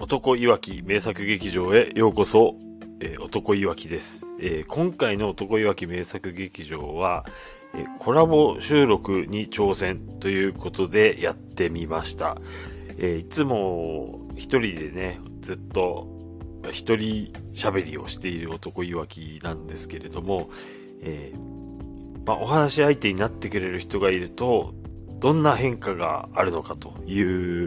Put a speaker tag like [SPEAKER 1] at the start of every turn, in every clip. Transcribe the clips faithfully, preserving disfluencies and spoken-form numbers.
[SPEAKER 1] 男いわき名作劇場へようこそ、えー、男いわきです、えー、今回の男いわき名作劇場は、えー、コラボ収録に挑戦ということでやってみました、えー、いつも一人でねずっと一人喋りをしている男いわきなんですけれども、えーまあ、お話し相手になってくれる人がいるとどんな変化があるのかという、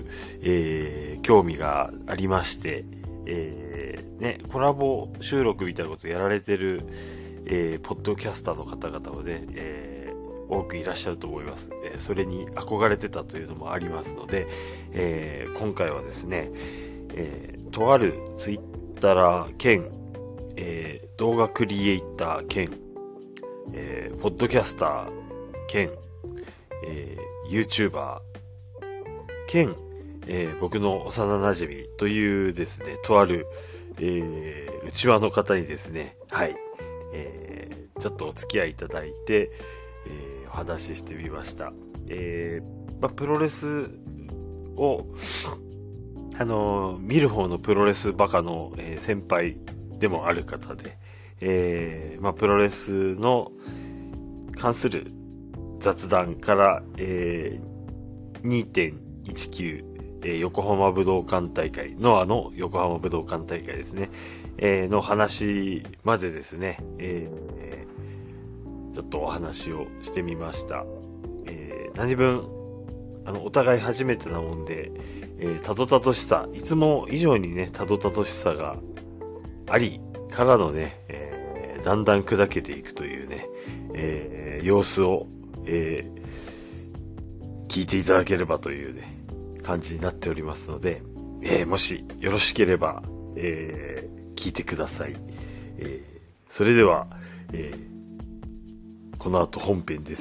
[SPEAKER 1] えー、興味がありまして、えーね、コラボ収録みたいなことをやられてる、えー、ポッドキャスターの方々もね、えー、多くいらっしゃると思います、えー。それに憧れてたというのもありますので、えー、今回はですね、えー、とあるツイッター兼、えー、動画クリエイター兼、えー、ポッドキャスター兼、えー YouTuber 兼、えー、僕の幼馴染というですね、とある、えー、内輪の方にですね、はい、えー、ちょっとお付き合いいただいて、えー、お話ししてみました。えーまあ、プロレスを、あのー、見る方のプロレスバカの、えー、先輩でもある方で、えーまあ、プロレスの関する雑談から、えー、にてんいちきゅう、えー、横浜武道館大会、ノアの横浜武道館大会ですね、えー、の話までですね、えー、ちょっとお話をしてみました。えー、何分、あの、お互い初めてなもんで、えー、たどたどしさ、いつも以上にね、たどたどしさがありからのね、えー、だんだん砕けていくというね、えー、様子をえー、聞いていただければというね感じになっておりますので、えー、もしよろしければ、えー、聞いてください、えー、それでは、えー、この後本編です。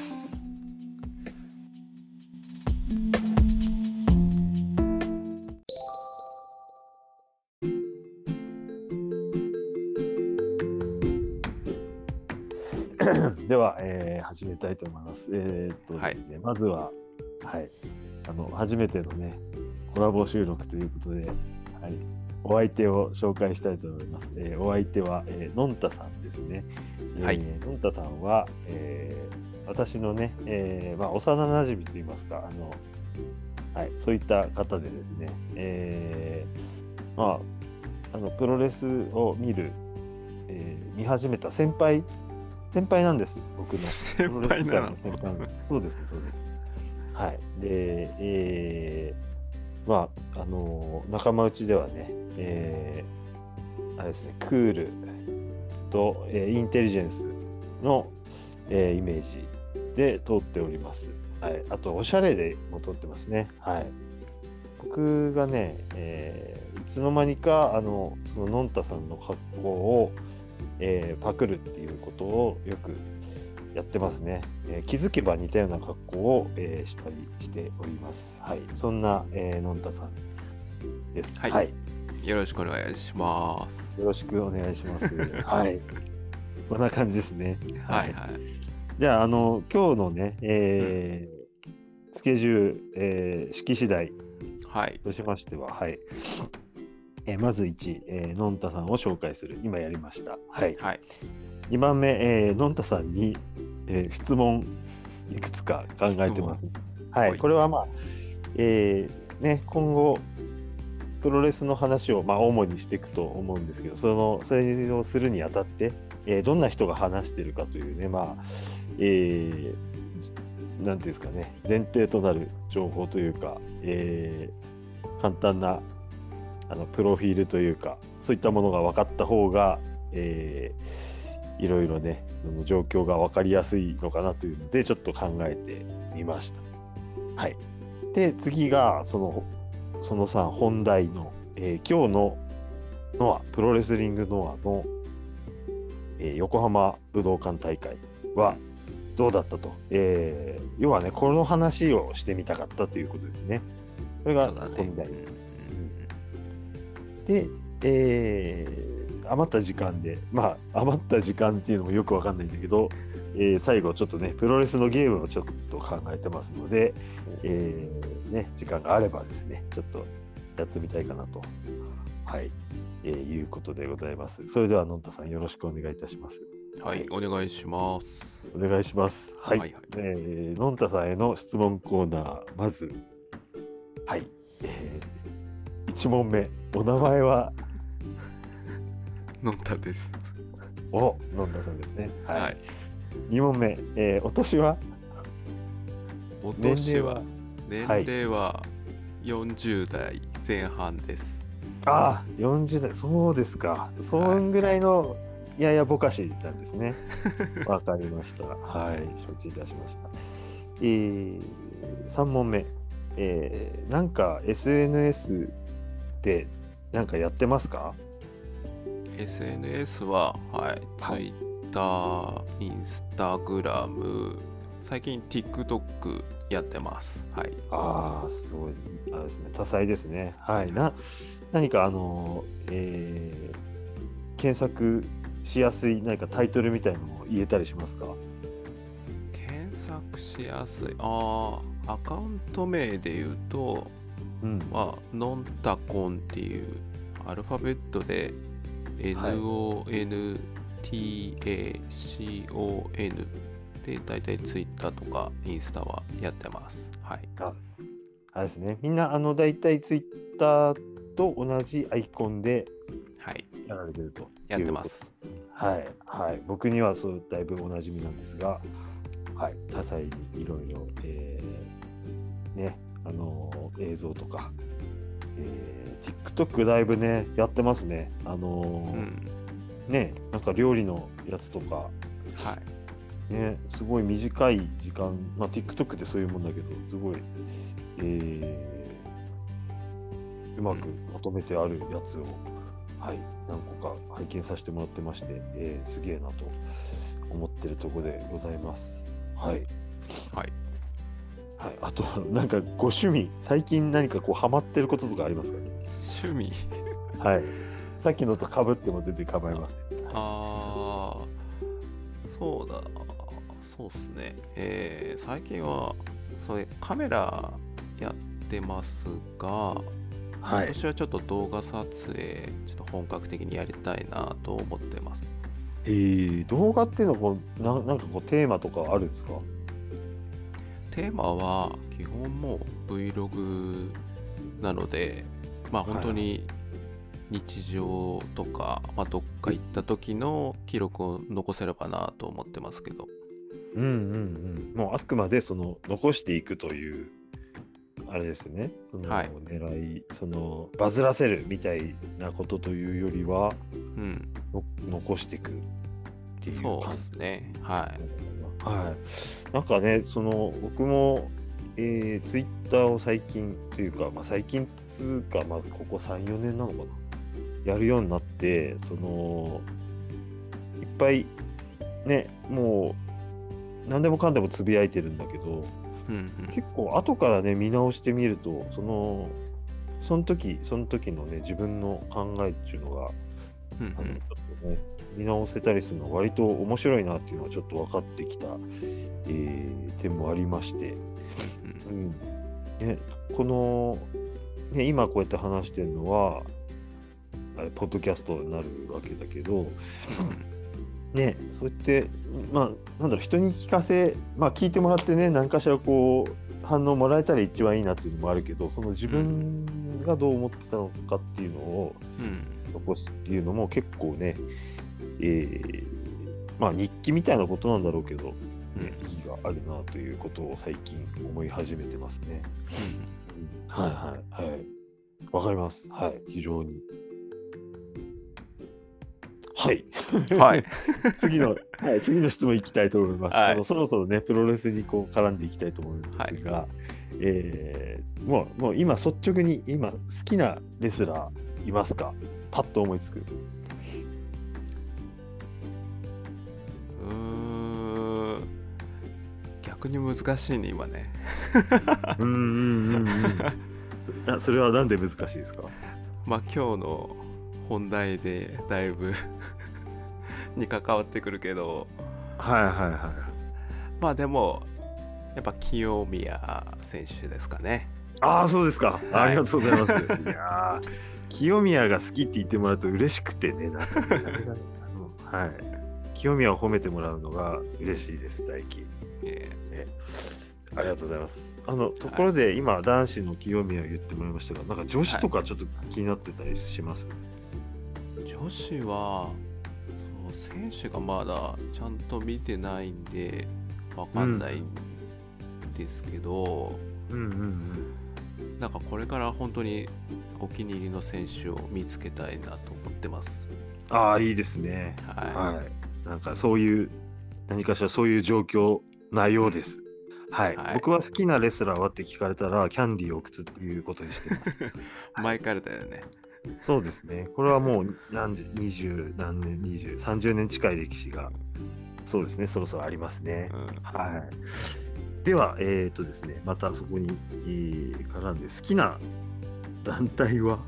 [SPEAKER 1] では、えー、始めたいと思います。えー、っとですね、はい、まずは、はい、あの初めてのねコラボ収録ということで、はい、お相手を紹介したいと思います。えー、お相手は、えー、のんたさんですね。はい、えー、のんたさんは、えー、私のね、えーまあ、幼馴染といいますか、あの、はい、そういった方でですね、えー、まああのプロレスを見る、えー、見始めた先輩先輩なんです、僕の。
[SPEAKER 2] 先輩なの？
[SPEAKER 1] 先輩そうです、そうです。はい。で、えー、まあ、あのー、仲間内ではね、えー、あれですね、クールと、えー、インテリジェンスの、えー、イメージで通っております。はい。あと、おしゃれでも通ってますね。はい。僕がね、えー、いつの間にか、あの、そののんたさんの格好を、えー、パクるっていうことをよくやってますね、えー、気づけば似たような格好を、えー、したりしております。はい、そんな、えー、のんたさんです、
[SPEAKER 2] はい、はい、よろしくお願いします。
[SPEAKER 1] よろしくお願いします。はい、こんな感じですね。
[SPEAKER 2] はい、はい、
[SPEAKER 1] じゃあ、あの今日のね、えーうん、スケジュール、えー、式次第としましては、はい、えー、まずいち、えー、のんたさんを紹介する。今やりました。はい。はい、にばんめ、えー、のんたさんに、えー、質問いくつか考えてます。はい。これはまあ、えー、ね、今後、プロレスの話を、まあ、主にしていくと思うんですけど、その、それをするにあたって、えー、どんな人が話しているかというね、まあ、えー、なんていうんですかね、前提となる情報というか、えー、簡単なあのプロフィールというかそういったものが分かった方が、えー、いろいろねその状況が分かりやすいのかなというのでちょっと考えてみました。はい。で次がそのそのさん本題の、えー、今日のノアプロレスリングノアの、えー、横浜武道館大会はどうだったと、えー、要はねこの話をしてみたかったということですね。これが本題。で、えー、余った時間で、まあ、余った時間っていうのもよくわかんないんだけど、えー、最後ちょっとね、プロレスのゲームをちょっと考えてますので、えーね、時間があればですね、ちょっとやってみたいかなとはい、えー、いうことでございます。それではのんたさんよろしくお願いいたします。
[SPEAKER 2] はい、お願いします。
[SPEAKER 1] お願いします。はい。
[SPEAKER 2] はいはい
[SPEAKER 1] えーのんたさんへの質問コーナー、まず、はい、えー、いち問目、お名前は
[SPEAKER 2] のんたです。
[SPEAKER 1] お、のんたさんですね。はい。
[SPEAKER 2] はい。
[SPEAKER 1] に問目、えーお年は
[SPEAKER 2] お
[SPEAKER 1] 年
[SPEAKER 2] 年は
[SPEAKER 1] 齢は
[SPEAKER 2] 年
[SPEAKER 1] はい
[SPEAKER 2] 齢はよんじゅう代前半です。
[SPEAKER 1] ああ、よんじゅう代、そうですか。そんぐらいのややぼかしなんですね。わかりました。はい、承知いたしました。えー、さん問目、えー、なんか エスエヌエス でなんかやってますか？
[SPEAKER 2] エスエヌエス は、はい、
[SPEAKER 1] はい
[SPEAKER 2] Twitter、Instagram、最近 TikTok やってます。はい。
[SPEAKER 1] ああ、すごい、あれですね、多彩ですね。はい。な、何かあの、えー、検索しやすい何かタイトルみたいなのを言えたりしますか？
[SPEAKER 2] 検索しやすい。ああ、アカウント名で言うと、
[SPEAKER 1] うん。
[SPEAKER 2] まあ、ノンタコンっていうアルファベットで エヌオーエヌティーエーシーオーエヌ でだいたい Twitter とかインスタはやってます。はい。
[SPEAKER 1] あ、あれですね。みんなあの大体ツイッターと同じアイコンで
[SPEAKER 2] はい。
[SPEAKER 1] やられてるという
[SPEAKER 2] やってます。
[SPEAKER 1] はいはい。僕にはそうだいぶおなじみなんですが、はい。多彩にいろいろ、えー、ね、あのー映像とか、えー、TikTok だいぶねやってますね。あのー
[SPEAKER 2] うん。
[SPEAKER 1] ね、なんか料理のやつとか。
[SPEAKER 2] はい。
[SPEAKER 1] ね、すごい短い時間、まあ、TikTok ってそういうもんだけど、すごい、えーうまくまとめてあるやつを、はい、何個か拝見させてもらってまして、えーすげえなと思ってるところでございます。はい。
[SPEAKER 2] はい。
[SPEAKER 1] はい、あと、なんかご趣味、最近何かこうハマってることとかありますかね？
[SPEAKER 2] 趣味
[SPEAKER 1] はい。さっきのと被っても全然構いません。
[SPEAKER 2] ああ、そうだ。そうっすね。えー、最近は、それカメラやってますが、
[SPEAKER 1] は
[SPEAKER 2] 今
[SPEAKER 1] い。
[SPEAKER 2] 年はちょっと動画撮影、ちょっと本格的にやりたいなと思ってます。
[SPEAKER 1] えー、動画っていうのはこうな、なんかこうテーマとかあるんですか？
[SPEAKER 2] テーマは基本もう Vlog なので、まあ本当に日常とか、まあ、どっか行った時の記録を残せればなと思ってますけど。
[SPEAKER 1] うんうんうん。もうあくまでその残していくというあれですね。その
[SPEAKER 2] はい
[SPEAKER 1] 狙い、そのバズらせるみたいなことというよりは
[SPEAKER 2] うん。
[SPEAKER 1] の残していくっていう
[SPEAKER 2] そう
[SPEAKER 1] 感じ
[SPEAKER 2] ですね。は
[SPEAKER 1] はい。なんかね、その僕も、えー、ツイッターを最近というか、まあ、最近つうか、まあ、ここさん、よねんなのかな、やるようになって、そのいっぱいね、もう何でもかんでもつぶやいてるんだけど、
[SPEAKER 2] い。うんうん。
[SPEAKER 1] 結構後からね、見直してみると、その、その時、その時のね、自分の考えっていうのが、
[SPEAKER 2] うん
[SPEAKER 1] あのちょっとね、見直せたりするのが割と面白いなっていうのはちょっと分かってきた、えー点もありまして、
[SPEAKER 2] うん
[SPEAKER 1] うんね、この、ね、今こうやって話してるのは、あれポッドキャストになるわけだけど、ね、そうやって、まあ、なんだろう、人に聞かせ、まあ、聞いてもらってね、何かしらこう、反応もらえたら一番いいなっていうのもあるけど、その自分がどう思ってたのかっていうのを
[SPEAKER 2] うん
[SPEAKER 1] 残すっていうのも結構ね、えーまあ日記みたいなことなんだろうけど、
[SPEAKER 2] うん
[SPEAKER 1] ね、意義があるなということを最近思い始めてますね。
[SPEAKER 2] うん
[SPEAKER 1] はいはいはい。わかります。はい、非常に。はい。
[SPEAKER 2] はい
[SPEAKER 1] 次の、はい、次の質問いきたいと思います。
[SPEAKER 2] はい
[SPEAKER 1] あのそろそろね、プロレスにこう絡んでいきたいと思うんですが、えーもう、もう今率直に今好きなレスラーいますか？パッと思いつく。
[SPEAKER 2] うーん逆に難しいね今ね。
[SPEAKER 1] うんうんうんうん。そあそれはなんで難しいですか？
[SPEAKER 2] まあ今日の本題でだいぶに関わってくるけど、
[SPEAKER 1] はいはいはい。
[SPEAKER 2] まあでもやっぱ清宮選手ですかね。
[SPEAKER 1] ああ、そうですか。
[SPEAKER 2] はい
[SPEAKER 1] ありがとうございます。いや清宮が好きって言ってもらうと嬉しくてね、なんかね、あれがねあのはい。清宮を褒めてもらうのが嬉しいです、最近。
[SPEAKER 2] え
[SPEAKER 1] ね、ありがとうございます。あの、ところで、今、男子の清宮を言ってもらいましたが、なんか女子とかちょっと気になってたりします、
[SPEAKER 2] ー女子はそう選手がまだちゃんと見てないんでわかんないんですけど、
[SPEAKER 1] うんうんうん。
[SPEAKER 2] なんかこれから本当にお気に入りの選手を見つけたいなと思ってます。
[SPEAKER 1] ああ、いいですね。
[SPEAKER 2] は
[SPEAKER 1] はい。なんかそういう、何かしらそういう状況なようです。はい、
[SPEAKER 2] はい
[SPEAKER 1] 僕は好きなレスラーはって聞かれたら、キャンディーを靴っていうことにしてます。
[SPEAKER 2] い。前からだよね。
[SPEAKER 1] そうですね。これはもう何十、二十何年、二十、さんじゅうねん近い歴史が、そうですね、そろそろありますね。
[SPEAKER 2] うん
[SPEAKER 1] はい。では、えっ、とですね、またそこに、えー絡んで、好きな団体は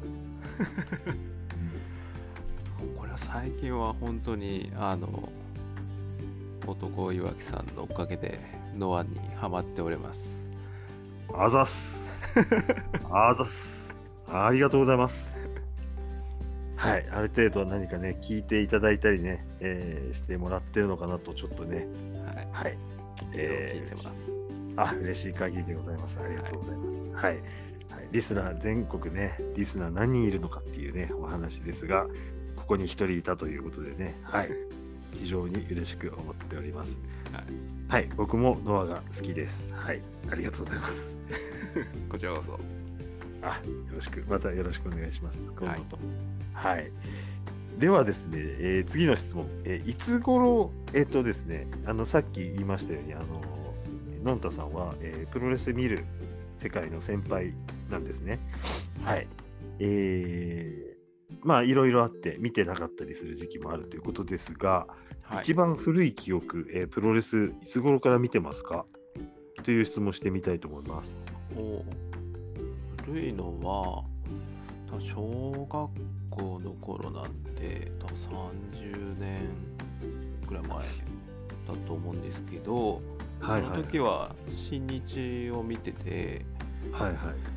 [SPEAKER 2] これは最近は本当にあの男岩木さんのおかげでノアにハマっております。
[SPEAKER 1] あざっす。あざっす。ありがとうございます。はい、ある程度何かね、聞いていただいたりね、えーしてもらってるのかなと、ちょっとね、
[SPEAKER 2] はい。
[SPEAKER 1] はい。
[SPEAKER 2] いつも聞いてます。
[SPEAKER 1] あ、嬉しい限りでございます。ありがとうございます。はい。はい、リスナー、全国ね、リスナー何人いるのかっていうね、お話ですが、ここに一人いたということでね、はい。非常に嬉しく思っております。
[SPEAKER 2] はい。
[SPEAKER 1] はい、僕もノアが好きです。はい。ありがとうございます。
[SPEAKER 2] こちらこそ。
[SPEAKER 1] あ、よろしく、またよろしくお願いします。今度と。はい。はい、ではですね、えー次の質問。えーいつ頃、えっ、とですね、あの、さっき言いましたように、あの、のんたさんは、えープロレス見る世界の先輩なんですね。はい。えーまあ、いろいろあって見てなかったりする時期もあるということですが、
[SPEAKER 2] はい。
[SPEAKER 1] 一番古い記憶、えープロレスいつ頃から見てますかという質問をしてみたいと思います。
[SPEAKER 2] お古いのは多分小学校の頃なんで多分さんじゅうねんぐらい前だと思うんですけど、
[SPEAKER 1] はいはい。
[SPEAKER 2] その時は新日を見てて、
[SPEAKER 1] はいはい。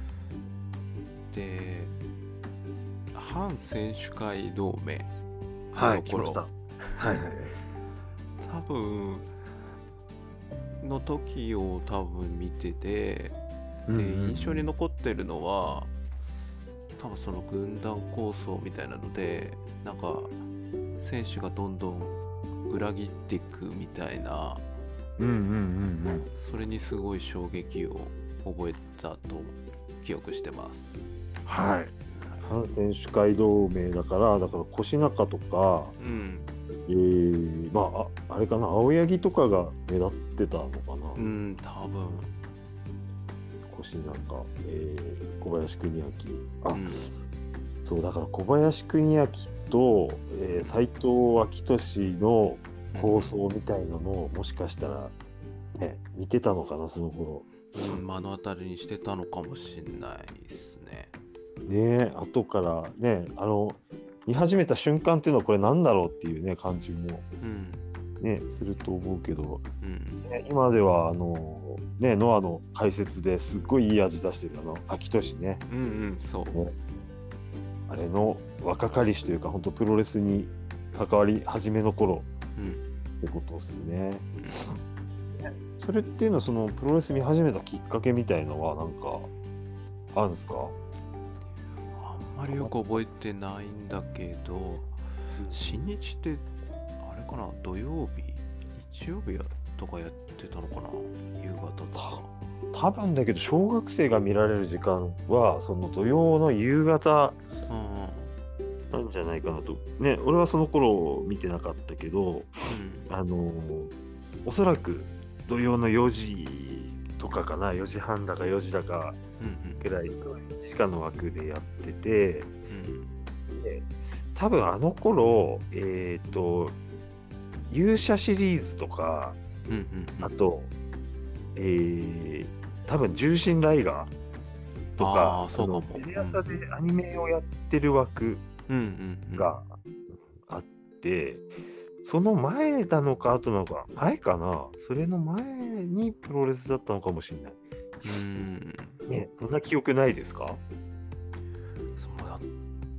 [SPEAKER 2] で反選手会同盟
[SPEAKER 1] はい、
[SPEAKER 2] の頃、
[SPEAKER 1] 来ました。はいはいはい。
[SPEAKER 2] 多分の時を多分見てて、で
[SPEAKER 1] うんうんうん
[SPEAKER 2] 印象に残ってるのは多分その軍団構想みたいなので、なんか選手がどんどん裏切っていくみたいな、
[SPEAKER 1] うんうんうんうん。
[SPEAKER 2] それにすごい衝撃を覚えたと記憶してます。
[SPEAKER 1] はい。反選手会同盟だから、だから腰中とか、
[SPEAKER 2] うん
[SPEAKER 1] えー、まあ、ああれかな、青柳とかが目立ってたのかな。
[SPEAKER 2] うん多分
[SPEAKER 1] 腰中、えー、小林邦明。あ、
[SPEAKER 2] うん
[SPEAKER 1] そう、だから小林邦明と、えー、斎藤昭俊の構想みたいなのを、もしかしたら、ね、見てたのかな、その頃。
[SPEAKER 2] うん目の当たりにしてたのかもしれないですね。
[SPEAKER 1] ねえ、後からね、あの、見始めた瞬間っていうのはこれなんだろうっていうね、感じも
[SPEAKER 2] うん
[SPEAKER 1] ね、すると思うけど、
[SPEAKER 2] うん
[SPEAKER 1] ね、今では、あの、ね、ノアの解説ですっごいいい味出してる、あの、秋俊ね、
[SPEAKER 2] うんうんそう
[SPEAKER 1] ねあれの若かりしというか、本当プロレスに関わり始めの頃
[SPEAKER 2] うん
[SPEAKER 1] ってことですね。それっていうのは、そのプロレス見始めたきっかけみたいのは、なんか、あるんですか？
[SPEAKER 2] あんまりよく覚えてないんだけど、新日ってあれかな、土曜日日曜日やとかやってたのかな、夕方とか。
[SPEAKER 1] 多分だけど、小学生が見られる時間は、その土曜の夕方
[SPEAKER 2] うんうん
[SPEAKER 1] なんじゃないかなと。ね、俺はその頃見てなかったけど、
[SPEAKER 2] うん
[SPEAKER 1] あのーおそらく土曜のよじとかかな、よじはんだかよじだか
[SPEAKER 2] うん
[SPEAKER 1] ぐらいの地下の枠でやってて、
[SPEAKER 2] うん
[SPEAKER 1] で多分あの頃、えっ、と、勇者シリーズとか、
[SPEAKER 2] うんうんうん
[SPEAKER 1] あと、えー、多分重心ライガーと
[SPEAKER 2] あ
[SPEAKER 1] か、
[SPEAKER 2] ーそうかも
[SPEAKER 1] のテレ朝でアニメをやってる枠
[SPEAKER 2] うんうんうん
[SPEAKER 1] があって、その前なのか後なのか、前かな、それの前にプロレスだったのかもしれない。
[SPEAKER 2] うん
[SPEAKER 1] ね、そんな記憶ないですか？
[SPEAKER 2] そうだっ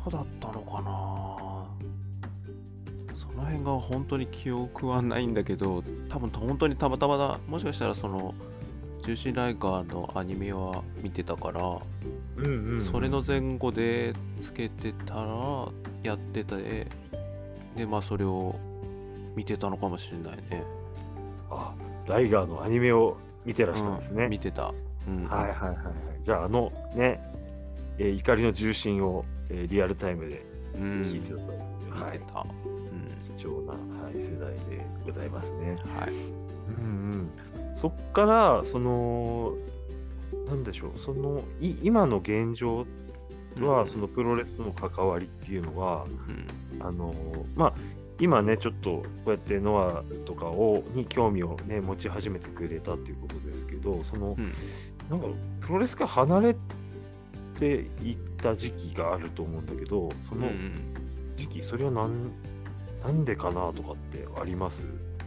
[SPEAKER 2] 後だったのかな。その辺が本当に記憶はないんだけど、多分本当にたまたまだ、もしかしたらその重心ライガーのアニメは見てたから、
[SPEAKER 1] うんうんうん、
[SPEAKER 2] それの前後でつけてたらやってて、でまあそれを見てたのかもしれないね。
[SPEAKER 1] あ、ライガーのアニメを見てらしたんですね。
[SPEAKER 2] うん、見てた。うん、
[SPEAKER 1] はいはいはいはい。じゃああのね、えー怒りの重心を、えーリアルタイムで
[SPEAKER 2] うん、
[SPEAKER 1] 聞いてたという、はい、
[SPEAKER 2] 見てた。うん、
[SPEAKER 1] 貴重な、はい、世代でございますね。
[SPEAKER 2] はい。
[SPEAKER 1] うんうん、そっからそのなんでしょう、そのい今の現状は、
[SPEAKER 2] うん、
[SPEAKER 1] そのプロレスの関わりっていうのは、
[SPEAKER 2] うん、
[SPEAKER 1] あのまあ今ねちょっとこうやってノアとかをに興味をね持ち始めてくれたっていうことですけど、その、
[SPEAKER 2] うん、
[SPEAKER 1] なんかプロレスから離れていった時期があると思うんだけど、その
[SPEAKER 2] うん
[SPEAKER 1] 時期、それはなんなんでかなとかってあります？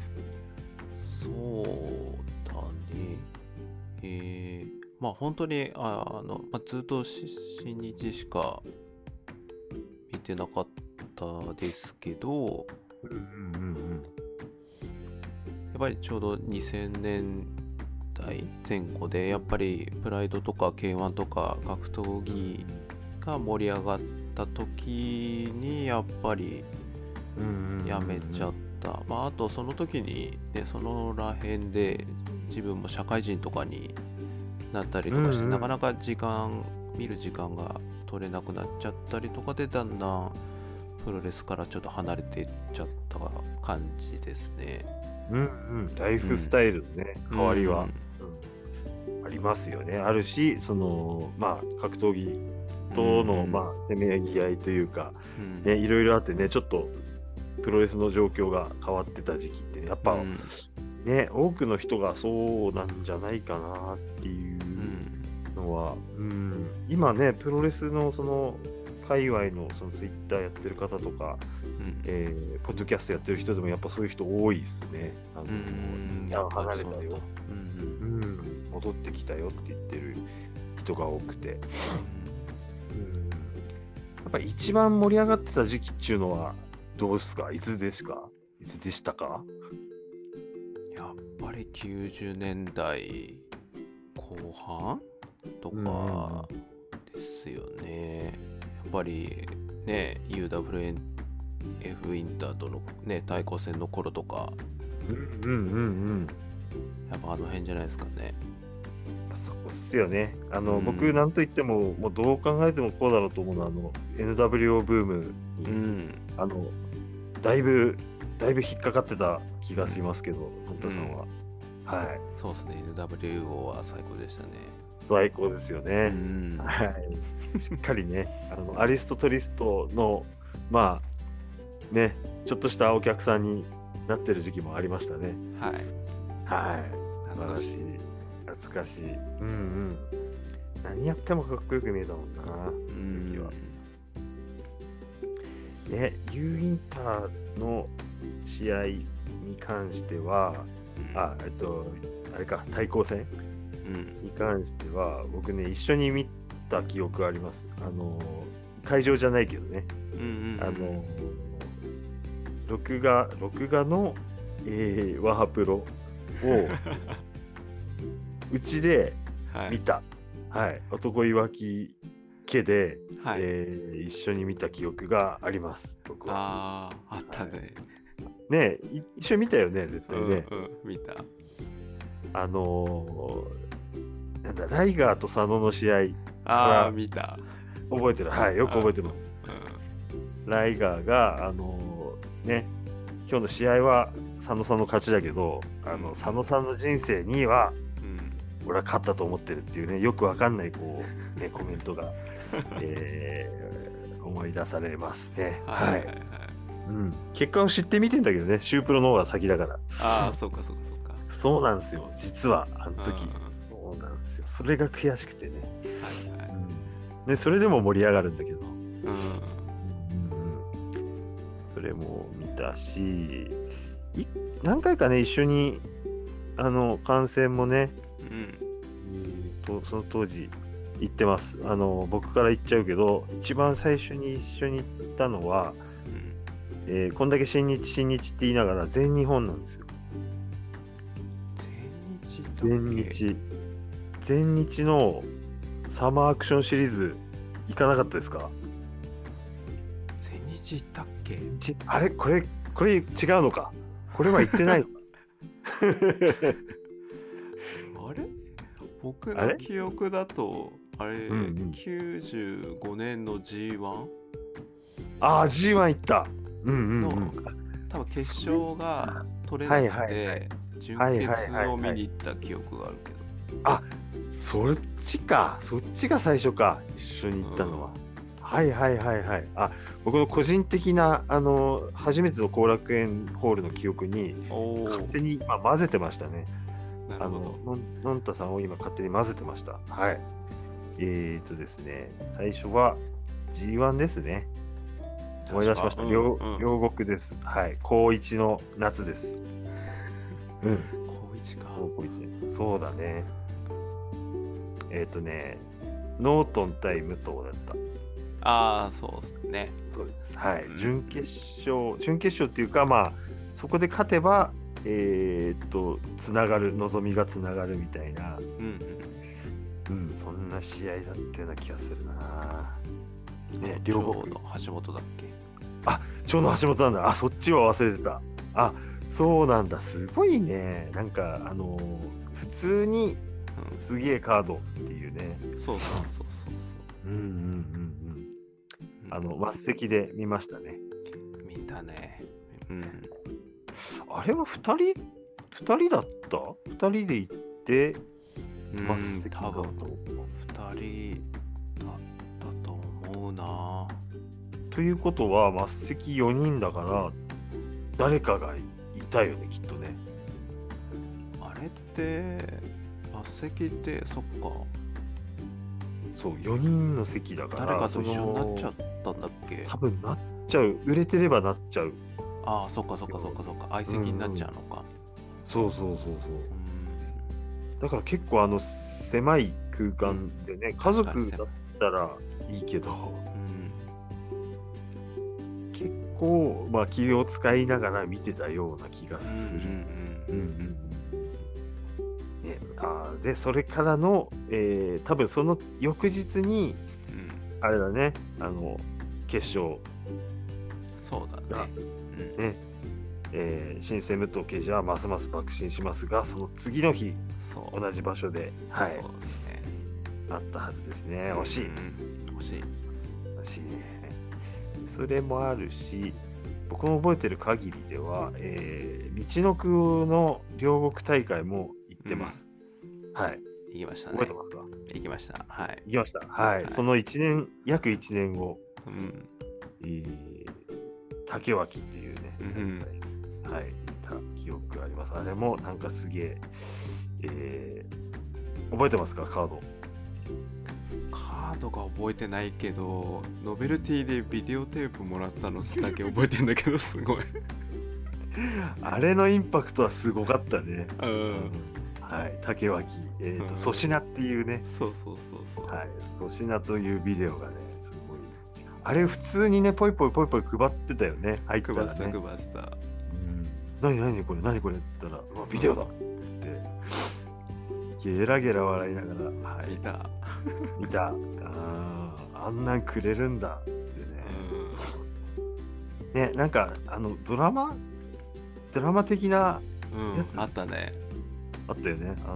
[SPEAKER 2] そうだね。えー、まあ本当にああの、まあ、ずっとし新日しか見てなかったですけど、
[SPEAKER 1] うんうんうん
[SPEAKER 2] やっぱりちょうどにせんねんだいぜん後でやっぱりプライドとか ケーワン とか格闘技が盛り上がった時にやっぱり
[SPEAKER 1] うんうんうん、
[SPEAKER 2] やめちゃった。まああとその時にね、そのらへんで自分も社会人とかになったりとかして、
[SPEAKER 1] うんうん、
[SPEAKER 2] なかなか時間見る時間が取れなくなっちゃったりとかで、だんだんプロレスからちょっと離れていっちゃった感じですね。
[SPEAKER 1] うんうん、ライフスタイルのね、
[SPEAKER 2] うん、
[SPEAKER 1] 変わりは、
[SPEAKER 2] うん
[SPEAKER 1] うん、ありますよね。あるし、そのまあ格闘技との、
[SPEAKER 2] うん
[SPEAKER 1] まあせめぎ合いというか、
[SPEAKER 2] うん
[SPEAKER 1] ね、いろいろあってね、ちょっとプロレスの状況が変わってた時期って、ね、やっぱ、
[SPEAKER 2] うん
[SPEAKER 1] ね、多くの人がそうなんじゃないかなっていうのは、うん、今ね、プロレスのその界隈のそのツイッターやってる方とか、
[SPEAKER 2] うん
[SPEAKER 1] えーポッドキャストやってる人でもやっぱそういう人多いですね。あの
[SPEAKER 2] うん
[SPEAKER 1] 一旦離れたよ、
[SPEAKER 2] うん
[SPEAKER 1] うん、戻ってきたよって言ってる人が多くて、うん、やっぱ一番盛り上がってた時期っていうのはどうですか？いつですか？いつでしたか？
[SPEAKER 2] やっぱりきゅうじゅうねんだいこう半とかですよね。やっぱりね ユーダブリューエフ ウィンターとのね対抗戦の頃とか、
[SPEAKER 1] うんうんうんうん、
[SPEAKER 2] やっぱあの辺じゃないですかね。
[SPEAKER 1] そこっすよね。あの、
[SPEAKER 2] うん、
[SPEAKER 1] 僕なんといってももうどう考えてもこうだろうと思うのは、あの エヌダブリューオー ブームに、
[SPEAKER 2] うん、
[SPEAKER 1] あのだいぶだいぶ引っかかってた気がしますけど、本田さんは、うん、はい、
[SPEAKER 2] そうですね。 エヌダブリューオー は最高でしたね。
[SPEAKER 1] 最高ですよね、
[SPEAKER 2] うん、
[SPEAKER 1] はい、しっかりね、あのアリストトリストのまあね、ちょっとしたお客さんになってる時期もありましたね。
[SPEAKER 2] はい
[SPEAKER 1] はい、
[SPEAKER 2] 懐かしい。
[SPEAKER 1] 懐かしい。うんうん。何やってもかっこよく見えたもんな、
[SPEAKER 2] うん、
[SPEAKER 1] 時は。ね、ユーインターの試合に関しては、うん、あ、えっと、あれか、対抗戦、うん、に関しては、僕ね、一緒に見た記憶あります。あの、会場じゃないけどね。
[SPEAKER 2] うんうんうん、
[SPEAKER 1] あの、録画、録画の、えー、ワハプロをうちで見た、はいはい、男いわき家で、はい、えー、一緒に見た記憶があります、僕は。
[SPEAKER 2] ああ、あったね。はい、
[SPEAKER 1] ねえ、一緒に見たよね、絶対ね。うん、
[SPEAKER 2] うん、見た。
[SPEAKER 1] あのー、なんだ、ライガーと佐野の試合。
[SPEAKER 2] ああ、見た。
[SPEAKER 1] 覚えてる。はい、よく覚えてます。うん、ライガーが、あのー、ね、今日の試合は佐野さんの勝ちだけど、あの、うん、佐野さんの人生には、俺は勝ったと思ってるっていうね、よくわかんないこう、ね、コメントが、えー、思い出されますね。はい、はいはいはい、うん。結果を知ってみてんだけどね、シュープロの方が先だから。
[SPEAKER 2] ああ、そうかそうかそうか。
[SPEAKER 1] そうなんですよ、実は、あの時。そうなんですよ。それが悔しくてね。はいはい。うん、で、それでも盛り上がるんだけど。うん。うん、それも見たし、い何回かね、一緒に、あの、観戦もね、うん、とその当時行ってます。あの僕から言っちゃうけど、一番最初に一緒に行ったのは、
[SPEAKER 2] うん、
[SPEAKER 1] えーこんだけ新日新日って言いながら全日本なんですよ。
[SPEAKER 2] 全日だっけ？
[SPEAKER 1] 全日全日のサマーアクションシリーズ行かなかったですか？
[SPEAKER 2] 全日行ったっけ？
[SPEAKER 1] ちあれこれこれ違うのか、これは行ってないのか
[SPEAKER 2] あれ僕
[SPEAKER 1] あれ
[SPEAKER 2] の記憶だとあれ、
[SPEAKER 1] うんうん、
[SPEAKER 2] きゅうじゅうごねんの ジーワン
[SPEAKER 1] ああ ジーワン 行った。うんうん
[SPEAKER 2] の、
[SPEAKER 1] うん、
[SPEAKER 2] 多分決勝が取れなくて、
[SPEAKER 1] はいはいはい、
[SPEAKER 2] 準
[SPEAKER 1] はいはいはい
[SPEAKER 2] 決
[SPEAKER 1] はい
[SPEAKER 2] を見に行った記憶があるけど、
[SPEAKER 1] あ、そっちか。そっちが最初か。一緒に行ったのは。
[SPEAKER 2] うん、
[SPEAKER 1] はいはいはいはい。あ、僕の個人的な、あの、初めての後楽園ホールの記憶に、
[SPEAKER 2] お
[SPEAKER 1] 勝手
[SPEAKER 2] ー、
[SPEAKER 1] に今混ぜてましたね。あ
[SPEAKER 2] なるほど。
[SPEAKER 1] の、のんのんたさんを今勝手に混ぜてました。はい。えーとですね、最初は ジーワン ですね。思い出しました。
[SPEAKER 2] 確か
[SPEAKER 1] 両
[SPEAKER 2] うんうん、
[SPEAKER 1] 両国です。はい。高一の夏です。うん。
[SPEAKER 2] 高一か。
[SPEAKER 1] 高一。そうだね。えっ、とね、ノートン対武藤だった。
[SPEAKER 2] ああ、そうですね。
[SPEAKER 1] そうです。はい。
[SPEAKER 2] うん、
[SPEAKER 1] 準決勝、準決勝っていうか、まあ、そこで勝てば、えーっと、つながる、望みがつながるみたいな、
[SPEAKER 2] うん
[SPEAKER 1] うん、そんな試合だったような気がするな。
[SPEAKER 2] うん。
[SPEAKER 1] ね、
[SPEAKER 2] 両
[SPEAKER 1] 両国。
[SPEAKER 2] 方の橋本だっけ？
[SPEAKER 1] あ、ちょうど橋本なんだ。あ、そっちは忘れてた。あ、そうなんだ。すごいね。なんか、あのー普通に
[SPEAKER 2] うん、
[SPEAKER 1] すげえカードっていうね。
[SPEAKER 2] そうそうそうそう
[SPEAKER 1] うんうんうんうん。
[SPEAKER 2] そう。
[SPEAKER 1] あの、末席で見ましたね。
[SPEAKER 2] うん、見たね。うん。
[SPEAKER 1] あれはふたり、ふたりだった ?ふたりで行って、
[SPEAKER 2] うん、
[SPEAKER 1] 末席だと。
[SPEAKER 2] 多分ふたりだったと思うな。
[SPEAKER 1] ということは、末席よにんだから、誰かがいたよね、きっとね。
[SPEAKER 2] あれって末席ってそっか、
[SPEAKER 1] そう、よにんの席だから、
[SPEAKER 2] 誰かと一緒になっちゃ
[SPEAKER 1] その
[SPEAKER 2] ったんだっけ？
[SPEAKER 1] 多分なっちゃう。売れてればなっちゃう。
[SPEAKER 2] ああ、そっかそっかそっかそっか、相席になっちゃうのか。
[SPEAKER 1] そうそうそうそう。
[SPEAKER 2] うん、
[SPEAKER 1] だから結構あの狭い空間でね、家族だったらいいけど、
[SPEAKER 2] うん、
[SPEAKER 1] 結構、まあ、気を使いながら見てたような気がする。
[SPEAKER 2] うんうん
[SPEAKER 1] うんね、あーで、それからの、えー多分その翌日に、
[SPEAKER 2] うんうん、
[SPEAKER 1] あれだね、あの、決勝、
[SPEAKER 2] そうだね。うん、
[SPEAKER 1] ね、えー新生武藤敬司はますます爆心しますが、その次の日、
[SPEAKER 2] そう
[SPEAKER 1] 同じ場所で、はい、
[SPEAKER 2] そうですね。
[SPEAKER 1] あったはずですね。惜しい。
[SPEAKER 2] うん、惜しい。
[SPEAKER 1] 惜しいね。それもあるし、僕も覚えてる限りでは、えー、道のくの両国大会も行ってます。うん、はい。
[SPEAKER 2] 行きましたね。
[SPEAKER 1] 覚えてますか？
[SPEAKER 2] 行きました。はい。
[SPEAKER 1] 行きました。はい。はい、そのいちねん、約いちねんご、
[SPEAKER 2] うん、
[SPEAKER 1] えー、竹脇っていうね、
[SPEAKER 2] うん、
[SPEAKER 1] はい、いた記憶があります。あれもなんかすげえ、えー、覚えてますか、カード？
[SPEAKER 2] カードが覚えてないけど、ノベルティでビデオテープもらったのだけ覚えてんだけど、すごい。
[SPEAKER 1] あれのインパクトはすごかったね。
[SPEAKER 2] うん。
[SPEAKER 1] はい、竹脇、えーと、粗品っていうね。
[SPEAKER 2] そうそうそうそう。
[SPEAKER 1] はい、粗品というビデオがね、すごい。あれ普通にね、ポイポイポイポイ配ってたよね、入ったらね。
[SPEAKER 2] 配った配った。うん。
[SPEAKER 1] 何何これ何これって言ったら、うわ、ビデオだってゲラゲラ笑いながら、はい、
[SPEAKER 2] 見た。
[SPEAKER 1] 見た。ああんなんくれるんだってね。うん、ね、なんかあのドラマドラマ的なやつ、
[SPEAKER 2] うん、あったね。
[SPEAKER 1] あったよね。あの、うん、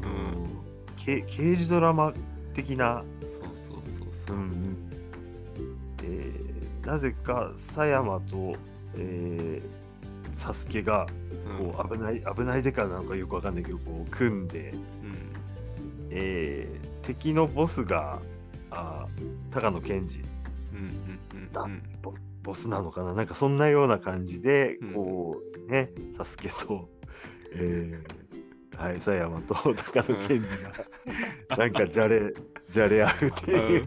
[SPEAKER 1] 刑事ドラマ的な。
[SPEAKER 2] そうそうそうそう。
[SPEAKER 1] うん、えー、なぜか狭山と、えー、サスケがこう危ない、うん、危ないでかなのかよくわかんないけどこう組んで、うん、えー、敵のボスがあ高野健二だ、うんうんうん、ボ, ボスなのかな、なんかそんなような感じでこう、うん、ね、サスケと、えー、はい、狭山と高野健二がなんかじゃれじゃれ合うっていう。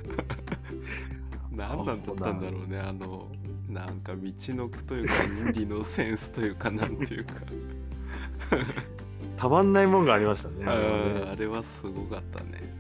[SPEAKER 2] 何なんだったんだろうね、あのなんか道のくというかインディのセンスというかなんていうか
[SPEAKER 1] たまんないもんがありましたね。
[SPEAKER 2] あ, あれはすごかったね。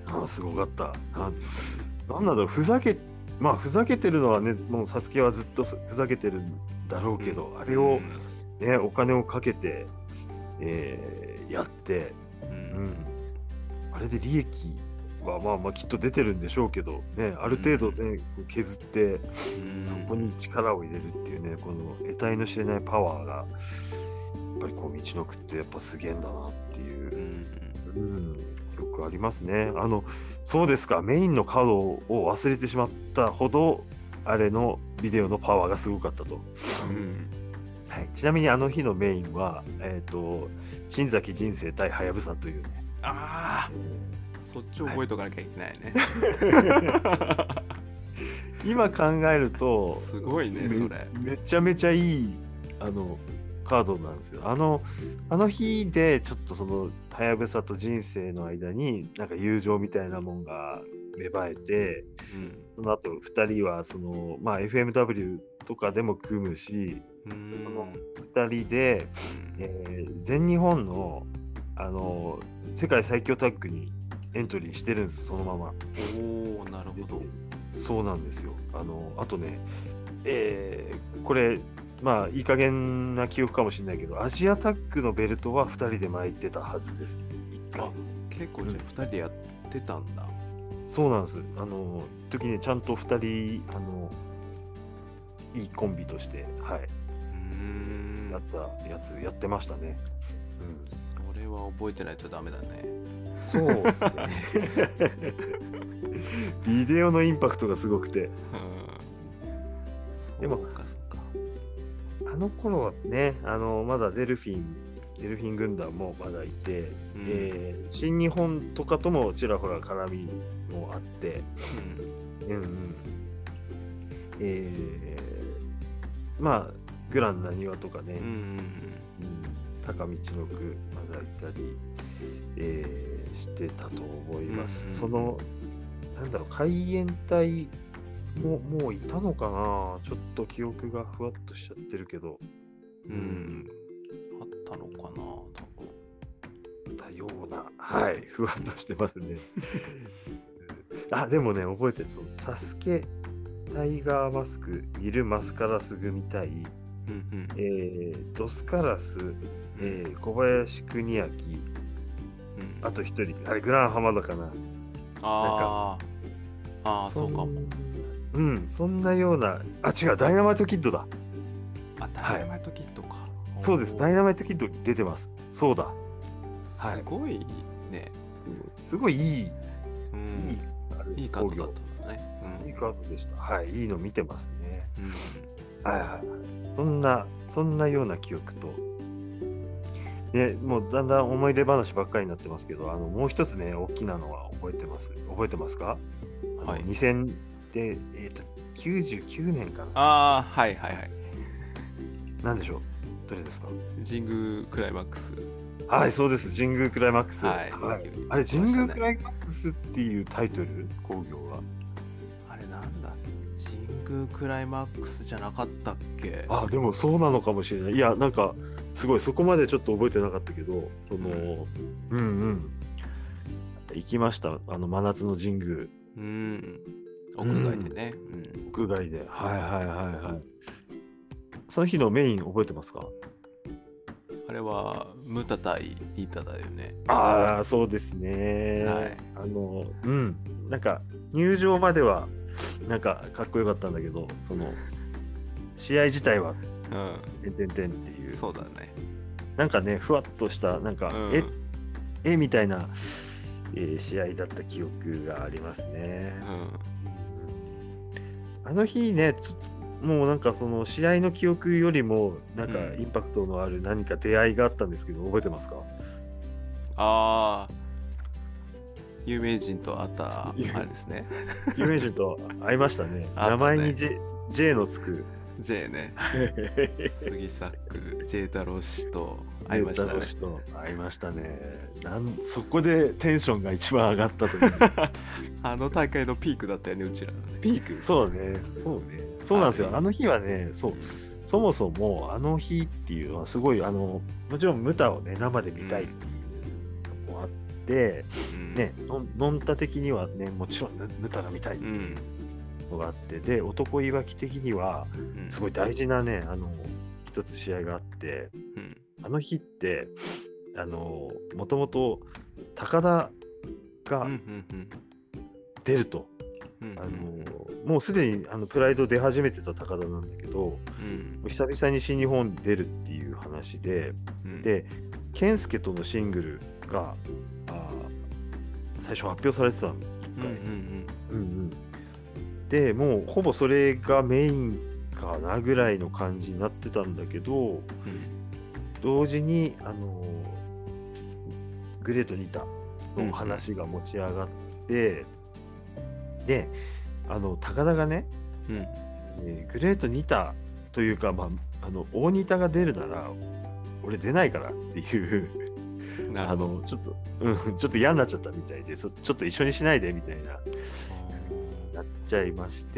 [SPEAKER 1] ああ、すごかった。な、なんなんだろう、ふざけ、まあ、ふざけてるのはね、もうサスケはずっとふざけてるんだろうけど、
[SPEAKER 2] うん
[SPEAKER 1] あれを、ね、お金をかけて、えーやって、
[SPEAKER 2] う
[SPEAKER 1] うんん、あれで利益はまあまあきっと出てるんでしょうけど、ね、ある程度ね、そう削って、
[SPEAKER 2] うん
[SPEAKER 1] そこに力を入れるっていうね、この得体の知れないパワーが、やっぱりこう、道のくってやっぱすげえんだなっていうう、
[SPEAKER 2] ん
[SPEAKER 1] うん、よくありますね。あの、そうですか、メインのカードを忘れてしまったほど、あれのビデオのパワーがすごかったと。
[SPEAKER 2] うん
[SPEAKER 1] はい、ちなみにあの日のメインは、えっ、と、新崎人生対はやぶさというね。
[SPEAKER 2] ああそっちを覚えとかなきゃいけないね、
[SPEAKER 1] 今考えると、
[SPEAKER 2] すごいね
[SPEAKER 1] め
[SPEAKER 2] それ。
[SPEAKER 1] めちゃめちゃいいあのカードなんですよ。あの、あの日でちょっとその、はやぶさと人生の間に、なんか友情みたいなもんが芽生えて、その後ふたりはその、まあ、エフエムダブリュー とかでも組むし、
[SPEAKER 2] うんうん
[SPEAKER 1] そのふたりで、えー全日本の、あの世界最強タッグにエントリーしてるんですよ、そのまま。
[SPEAKER 2] おおなるほど。
[SPEAKER 1] そうなんですよ。あのあとね、えーこれ、まあ、いい加減な記憶かもしれないけど、アジアタッグのベルトはふたりで巻いてたはずです。いっかい
[SPEAKER 2] あ。結構じゃあふたりでやってたんだ。
[SPEAKER 1] そうなんです。あの時にちゃんとふたり、あのいいコンビとして、は
[SPEAKER 2] うー
[SPEAKER 1] い、
[SPEAKER 2] ん
[SPEAKER 1] やったやつやってましたね。うん、
[SPEAKER 2] それは覚えてないとダメだね。
[SPEAKER 1] そうですね。ビデオのインパクトがすごくて、
[SPEAKER 2] うん
[SPEAKER 1] でも
[SPEAKER 2] そうかそうか。
[SPEAKER 1] あの頃はね、あのまだデルフィン、デルフィン軍団もまだいて、
[SPEAKER 2] うん
[SPEAKER 1] えー新日本とかともちらほら絡みもあって、
[SPEAKER 2] うん
[SPEAKER 1] うんうんえーまあ、グランな庭とかね、
[SPEAKER 2] うん
[SPEAKER 1] うん高道の区まだいたり、えーしてたと思います。
[SPEAKER 2] うんうん
[SPEAKER 1] その、なんだろう、海援隊ももういたのかな、ちょっと記憶がふわっとしちゃってるけど、
[SPEAKER 2] うんうんあったのかな多分。
[SPEAKER 1] たような、はい、ふわっとしてますね。あ、でもね、覚えてる、そのサスケ、タイガーマスク、いるマスカラス組対、
[SPEAKER 2] うんうん
[SPEAKER 1] えードスカラス、えー小林邦明、
[SPEAKER 2] うん
[SPEAKER 1] あと一人、あれ、グラン浜田かな。
[SPEAKER 2] あーあーそうかも。
[SPEAKER 1] うん、そんなような、あ、違う、ダイナマイトキッドだ。
[SPEAKER 2] あダイナマイトキットか。
[SPEAKER 1] そうです、ダイナマイトキッド出てます。そうだ。はい
[SPEAKER 2] すごいね。
[SPEAKER 1] すごいいい、いい、
[SPEAKER 2] うん
[SPEAKER 1] あれです
[SPEAKER 2] いいカードだ
[SPEAKER 1] 工
[SPEAKER 2] ったんだね。
[SPEAKER 1] 業いいカードでした。はい、いいの見てますね。
[SPEAKER 2] うん
[SPEAKER 1] はいはいはい。そんな、そんなような記憶と、ね、もうだんだん思い出話ばっかりになってますけど、あのもう一つね、大きなのは覚えてます。覚えてますか？あの
[SPEAKER 2] はい
[SPEAKER 1] にせんで、えっ、と、きゅうじゅうきゅうねんかな。
[SPEAKER 2] ああはいはいはい。
[SPEAKER 1] なんでしょう？どれですか？
[SPEAKER 2] 神宮クライマックス。
[SPEAKER 1] はい、そうです。神宮クライマックス。
[SPEAKER 2] はい
[SPEAKER 1] あれ、神宮クライマックスっていうタイトル、工業は。
[SPEAKER 2] あれなんだ神宮クライマックスじゃなかったっけ？
[SPEAKER 1] あ、でもそうなのかもしれない。いや、なんか、すごい、そこまでちょっと覚えてなかったけど、その、うんうん。行きました。あの、真夏の神宮。
[SPEAKER 2] うん屋外でね。うん
[SPEAKER 1] 屋外で。はいはいはいはい。その日のメイン覚えてますか？
[SPEAKER 2] あれはムタ対イータだよね。
[SPEAKER 1] ああ、そうですね。
[SPEAKER 2] はい
[SPEAKER 1] あの、うん。なんか、入場までは、なんか、かっこよかったんだけど、その、試合自体は、
[SPEAKER 2] う
[SPEAKER 1] てんてんてんってい
[SPEAKER 2] ん
[SPEAKER 1] う、
[SPEAKER 2] そうだね。
[SPEAKER 1] なんかね、ふわっとした、なんか、
[SPEAKER 2] うん
[SPEAKER 1] え、えみたいな、えー試合だった記憶がありますね。あの日ね、ちょっともうなんかその試合の記憶よりも、なんか
[SPEAKER 2] うん
[SPEAKER 1] インパクトのある何か出会いがあったんですけど、覚えてますか？
[SPEAKER 2] ああ有名人と会ったあ
[SPEAKER 1] 有名
[SPEAKER 2] れですね。
[SPEAKER 1] 有名人と会いましたね。
[SPEAKER 2] あったね
[SPEAKER 1] 名前に J, J のつく。
[SPEAKER 2] J ね。杉作 J 太郎氏と会いましたね。
[SPEAKER 1] ジェイ太郎氏と会いましたね。なんそこでテンションが一番上がったという。
[SPEAKER 2] あの大会のピークだったよね、うちらのね。
[SPEAKER 1] ピーク、そうね、そうね。そうなんですよ。
[SPEAKER 2] あれ
[SPEAKER 1] あの日はね、そう。そもそもあの日っていうのはすごい、あの、もちろんムタをね、生で見たいっていうのもあって、
[SPEAKER 2] うん
[SPEAKER 1] ね、のノンタ的にはね、もちろんヌヌタが見たいって
[SPEAKER 2] う
[SPEAKER 1] いうんのがあって、で、男いわき的には、
[SPEAKER 2] うん
[SPEAKER 1] すごい大事なね、あの、一つ試合があって、
[SPEAKER 2] うん
[SPEAKER 1] あの日って、あの、もともと高田が
[SPEAKER 2] うんうん
[SPEAKER 1] 出ると、
[SPEAKER 2] うんうん
[SPEAKER 1] あの、もうすでにあのプライド出始めてた高田なんだけど、
[SPEAKER 2] うん
[SPEAKER 1] 久々に新日本出るっていう話で、
[SPEAKER 2] うん
[SPEAKER 1] で、健介とのシングルが、あー最初発表されてたの、一回。
[SPEAKER 2] うんうん
[SPEAKER 1] うんうんで、もうほぼそれがメインかなぐらいの感じになってたんだけど、
[SPEAKER 2] うん
[SPEAKER 1] 同時に、あのグレートニタの話が持ち上がって、で、あの高田がね、
[SPEAKER 2] うん
[SPEAKER 1] えーグレートニタというか、まあ、あの大ニタが出るなら俺出ないからっていうあ
[SPEAKER 2] なるほど
[SPEAKER 1] のちょっと、うん、ちょっと嫌になっちゃったみたいで、そちょっと一緒にしないでみたいななっちゃいまして、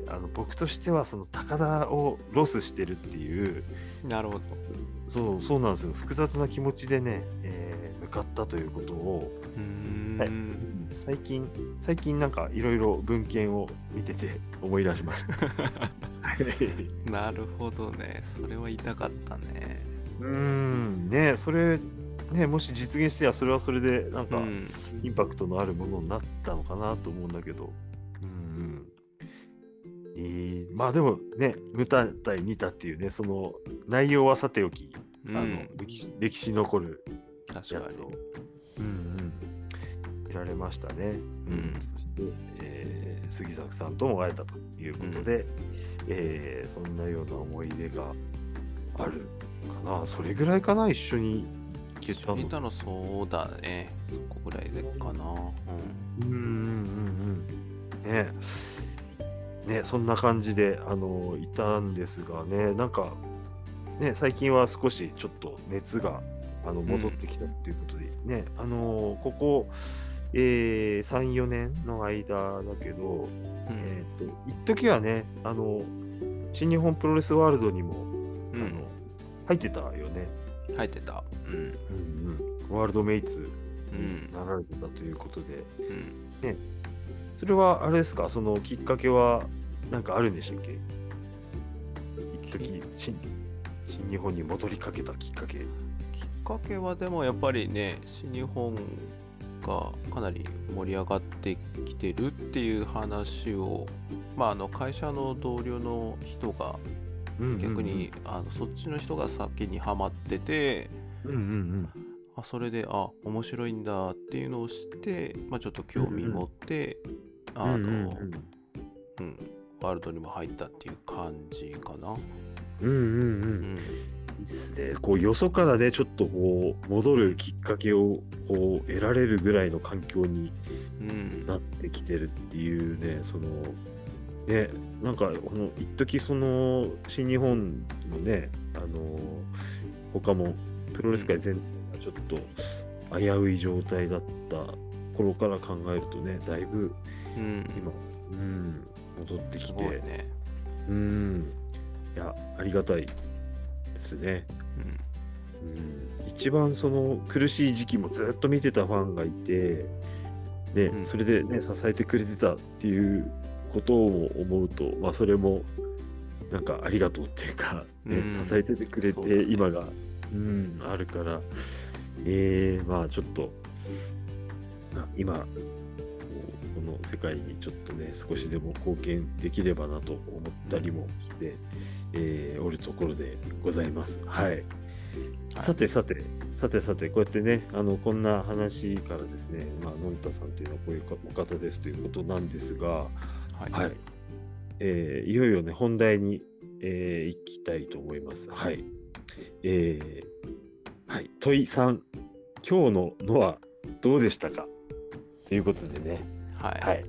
[SPEAKER 1] あの僕としてはその高田をロスしてるっていう
[SPEAKER 2] なるほど
[SPEAKER 1] そうそうなんですよ、複雑な気持ちでね、えー向かったということを
[SPEAKER 2] うー
[SPEAKER 1] さ
[SPEAKER 2] ん
[SPEAKER 1] 最近最近なんかいろいろ文献を見てて思い出しましたはい
[SPEAKER 2] なるほどねそれは痛かったね
[SPEAKER 1] うーんねそれねもし実現してはそれはそれでなんか
[SPEAKER 2] うん
[SPEAKER 1] インパクトのあるものになったのかなと思うんだけど、うんうんえーまあでもねムタ対ニタっていうねその内容はさておき、
[SPEAKER 2] うん
[SPEAKER 1] あの歴史歴史に残る
[SPEAKER 2] 確かに
[SPEAKER 1] やつを、うんうん、得られましたね。
[SPEAKER 2] うん
[SPEAKER 1] そして、えー杉作さんとも会えたということで、えーそんなような思い出があるかな。それぐらいかな、一緒に行けたの。
[SPEAKER 2] いたのそうだねそこぐらいでかな
[SPEAKER 1] うんうんうんうん。ねねそんな感じで、あのいたんですがね、なんか、ね、最近は少しちょっと熱があの戻ってきたっていうことで、ね、あのここ、えー、さん、よねんの間だけど、
[SPEAKER 2] うん
[SPEAKER 1] えっ、と、一時はね、あの、新日本プロレスワールドにも、
[SPEAKER 2] う
[SPEAKER 1] あの
[SPEAKER 2] ん
[SPEAKER 1] 入ってたよね。
[SPEAKER 2] 入ってたうん
[SPEAKER 1] うんうん。ワールドメイツ
[SPEAKER 2] うん
[SPEAKER 1] になられてたということで、
[SPEAKER 2] うん
[SPEAKER 1] それはあれですか、そのきっかけはなんかあるんでしたっけ？一時新新日本に戻りかけたきっかけ。
[SPEAKER 2] きっかけはでもやっぱりね新日本がかなり盛り上がってきてるっていう話をまああの会社の同僚の人が
[SPEAKER 1] うんうんうん
[SPEAKER 2] 逆に、あのそっちの人が先にハマってて
[SPEAKER 1] うんうん
[SPEAKER 2] あそれであ面白いんだっていうのを知って、まあ、ちょっと興味持って、
[SPEAKER 1] うん。
[SPEAKER 2] あの、
[SPEAKER 1] うんうん
[SPEAKER 2] うんワールドにも入ったっていう感じかな。
[SPEAKER 1] うんうんうんう
[SPEAKER 2] うんん
[SPEAKER 1] いいですね。こうよそからねちょっとこう戻るきっかけをこう得られるぐらいの環境に
[SPEAKER 2] うん
[SPEAKER 1] なってきてるっていうね、そのねなんかこの一時その新日本のねあの他もプロレス界全体がちょっと危うい状態だった頃から考えるとねだいぶ
[SPEAKER 2] うん
[SPEAKER 1] 今、うん、戻って
[SPEAKER 2] す
[SPEAKER 1] きて、
[SPEAKER 2] ごいね。
[SPEAKER 1] うんいやありがたいですね。うん、一番その苦しい時期もずっと見てたファンがいて、ね
[SPEAKER 2] うん
[SPEAKER 1] それで、ね、支えてくれてたっていうことを思うと、まあ、それもなんかありがとうっていうか、ね
[SPEAKER 2] うん
[SPEAKER 1] 支えててくれ
[SPEAKER 2] そうだね
[SPEAKER 1] て今が、うん、あるから、えー、まあちょっとあ今こうこの世界にちょっとね少しでも貢献できればなと思ったりもして、えーおるところでございます。はい
[SPEAKER 2] はい
[SPEAKER 1] さてさて、さてさて、こうやってね、あのこんな話からですね、まあ、のんたさんというのはこういうお方ですということなんですが、
[SPEAKER 2] はい
[SPEAKER 1] はい、えーいよいよね、本題に、えー行きたいと思います。はい。えーはい、問いさん、今日ののはどうでしたかということでね、
[SPEAKER 2] はい
[SPEAKER 1] はい。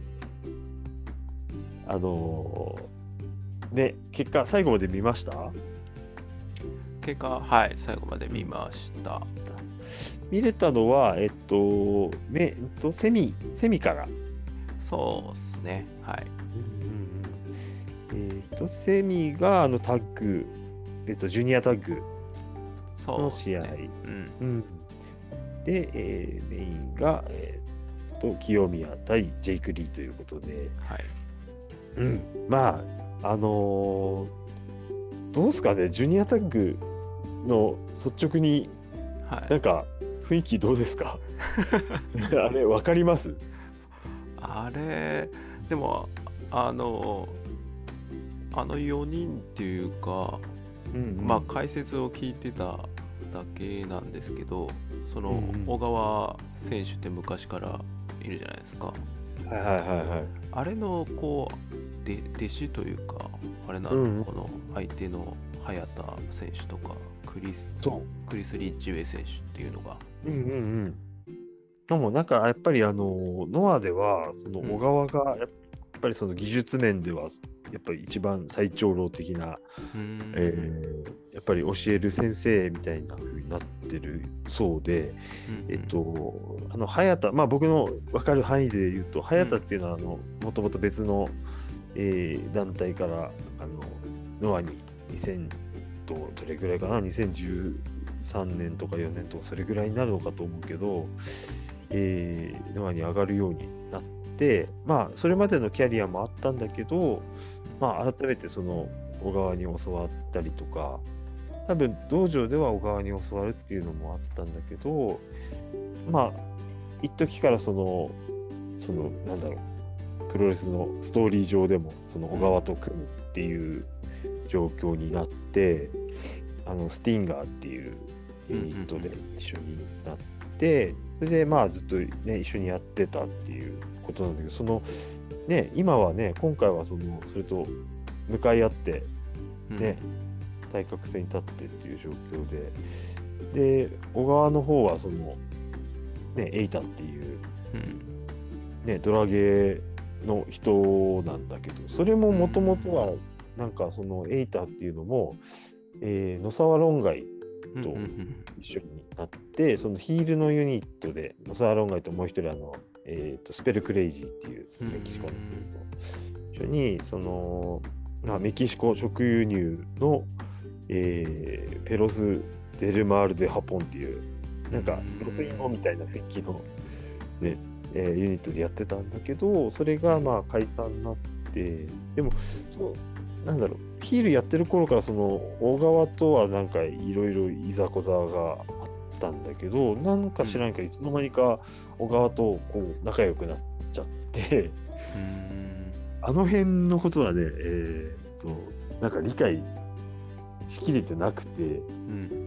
[SPEAKER 1] あのーね、結果、最後まで見ました
[SPEAKER 2] 結果はい最後まで見ました。
[SPEAKER 1] 見れたのは、えっと、めえっと、セミ、セミから。
[SPEAKER 2] そうですねはい
[SPEAKER 1] えっと、セミがあのタッグ、えっと、ジュニアタッグ
[SPEAKER 2] そうっす
[SPEAKER 1] の試合。
[SPEAKER 2] ねうん
[SPEAKER 1] うん。 で、えーメインが、えー、と清宮対ジェイク・リーということで、
[SPEAKER 2] はい。
[SPEAKER 1] うん、まああのーどうですかね、ジュニアタッグの率直に
[SPEAKER 2] はい。
[SPEAKER 1] なんか雰囲気どうですか？あれ分かります？
[SPEAKER 2] あれ、でも、あの、あのよにんっていうか、
[SPEAKER 1] うんうん
[SPEAKER 2] まあ解説を聞いてただけなんですけど、その
[SPEAKER 1] うんうん
[SPEAKER 2] 小川選手って昔からいるじゃないですか。
[SPEAKER 1] はいはいはいはい。
[SPEAKER 2] あれのこうで弟子というか、あれなの、
[SPEAKER 1] うんうん
[SPEAKER 2] この相手の早田選手とかクリス
[SPEAKER 1] そ
[SPEAKER 2] クリス・リッチウェイ選手っていうのが、
[SPEAKER 1] う。うんうんうん。でもなんかやっぱりあのノアではその小
[SPEAKER 2] うん、
[SPEAKER 1] 川がやっぱりその技術面ではやっぱり一番最長老的な、
[SPEAKER 2] うー
[SPEAKER 1] え
[SPEAKER 2] ん、
[SPEAKER 1] ーやっぱり教える先生みたいな風になってるそうで、
[SPEAKER 2] うん
[SPEAKER 1] えっとあの早田、まあ僕の分かる範囲で言うと
[SPEAKER 2] うん、
[SPEAKER 1] 早田っていうのはあのもともと別の、えー団体からあのノアににせんどどれぐらいかなにせんじゅうさんねんとかよねんとかそれぐらいになるのかと思うけど、えーノアに上がるようになって、まあ、それまでのキャリアもあったんだけど、まあ、改めてその小川に教わったりとか、多分道場では小川に教わるっていうのもあったんだけど、まあ、一時からその、その、なんだろう、プロレスのストーリー上でも、その小川と組むっていう状況になって、あのスティンガーっていうユニットで一緒になって、それでまあずっとね、一緒にやってたっていうことなんだけど、そのね、今はね、今回はその、それと向かい合って
[SPEAKER 2] うん、
[SPEAKER 1] ね、対角線に立ってっていう状況で、で、小川の方はその、ね、エイタっていう
[SPEAKER 2] うん、
[SPEAKER 1] ね、ドラゲーの人なんだけど、それももともとは、なんかそのエイタっていうのも、えー野沢論外
[SPEAKER 2] うん、
[SPEAKER 1] と
[SPEAKER 2] うん、
[SPEAKER 1] 一緒になって、そのヒールのユニットで、野沢論外ともう一人あの、えーと、スペルクレイジーっていうメキシコの人と一緒に、その、まあ、メキシコ直輸入の、えーペロス・デルマール・デ・ハポンっていう、なんか、ロスインゴみたいな雰囲気の、ね、えーユニットでやってたんだけど、それがまあ解散になって、でも、その、なんだろう、ヒールやってる頃から、その、小川とはなんかいろいろいざこざがあったんだけど、なんか知らんか、いつの間にか小川とこう仲良くなっちゃって、
[SPEAKER 2] うん、
[SPEAKER 1] あの辺のことはね、えーっと、なんか理解しきれてなくて、
[SPEAKER 2] うん、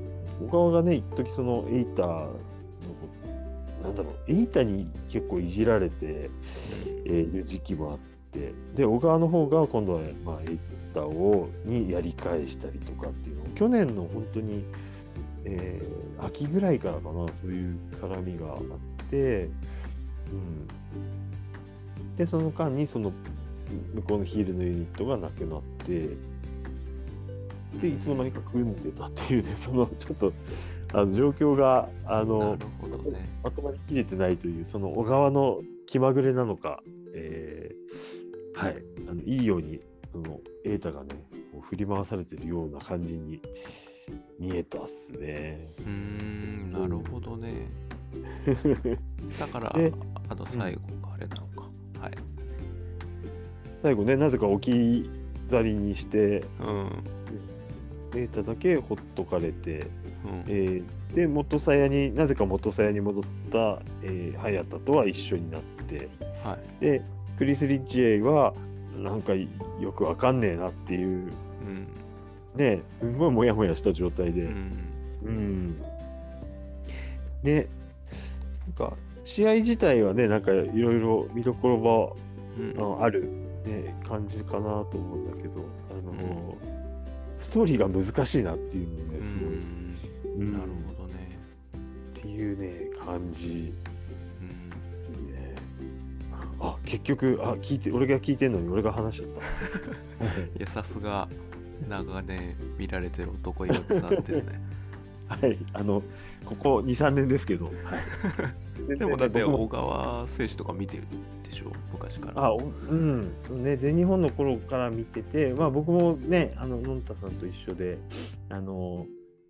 [SPEAKER 1] 小川がね、一時そのエイタの、なんだろう、エイタに結構いじられて、えーいう時期もあって、で、小川の方が今度は、まあ、エイタをにやり返したりとかっていうのを、去年の本当に、えー秋ぐらいからかな、そういう絡みがあって、うん。で、その間に、その、向こうのヒールのユニットがなくなって、で、いつの間にか組んでたっていうね、その、ちょっと、あの状況が、あの、
[SPEAKER 2] なるほどね。
[SPEAKER 1] まとまりきれてないという、その小川の気まぐれなのか、えーはい、あのいいように、その瑛太がね、こう振り回されてるような感じに見えたっすね。
[SPEAKER 2] うーん、なるほどね。だから
[SPEAKER 1] で、
[SPEAKER 2] あの最後があれなのか。はい。
[SPEAKER 1] 最後ね、なぜか置き去りにして、
[SPEAKER 2] うん、
[SPEAKER 1] 瑛太だけほっとかれて、
[SPEAKER 2] うん、
[SPEAKER 1] えーで、元鞘に、なぜか元鞘に戻った、えー、早田とは一緒になって、
[SPEAKER 2] はい。
[SPEAKER 1] で、クリス・リッチエイは、なんかよくわかんねえなっていう、
[SPEAKER 2] うん、
[SPEAKER 1] ね、すんごいモヤモヤした状態で、
[SPEAKER 2] うん、
[SPEAKER 1] うん。で、なんか、試合自体はね、なんかいろいろ見どころ
[SPEAKER 2] うん、
[SPEAKER 1] がある、ね、感じかなと思うんだけど、あの、ストーリーが難しいなっていうのね、すごい。
[SPEAKER 2] うん、なるほどね。
[SPEAKER 1] っていうね、感じ
[SPEAKER 2] うん
[SPEAKER 1] ですね。あ、結局、あ、聞いて、俺が聞いてんのに俺が話しちゃった。
[SPEAKER 2] いや、さすが長年見られてる男岩木さんですね。
[SPEAKER 1] はい、あの、ここに、さんねんですけど、はい、
[SPEAKER 2] でもだって
[SPEAKER 1] 僕も
[SPEAKER 2] 小川選手とか見てるでしょ、昔から。
[SPEAKER 1] あ、おうん、そのね、全日本の頃から見てて、まあ僕もね、あの、のんたさんと一緒で、あの、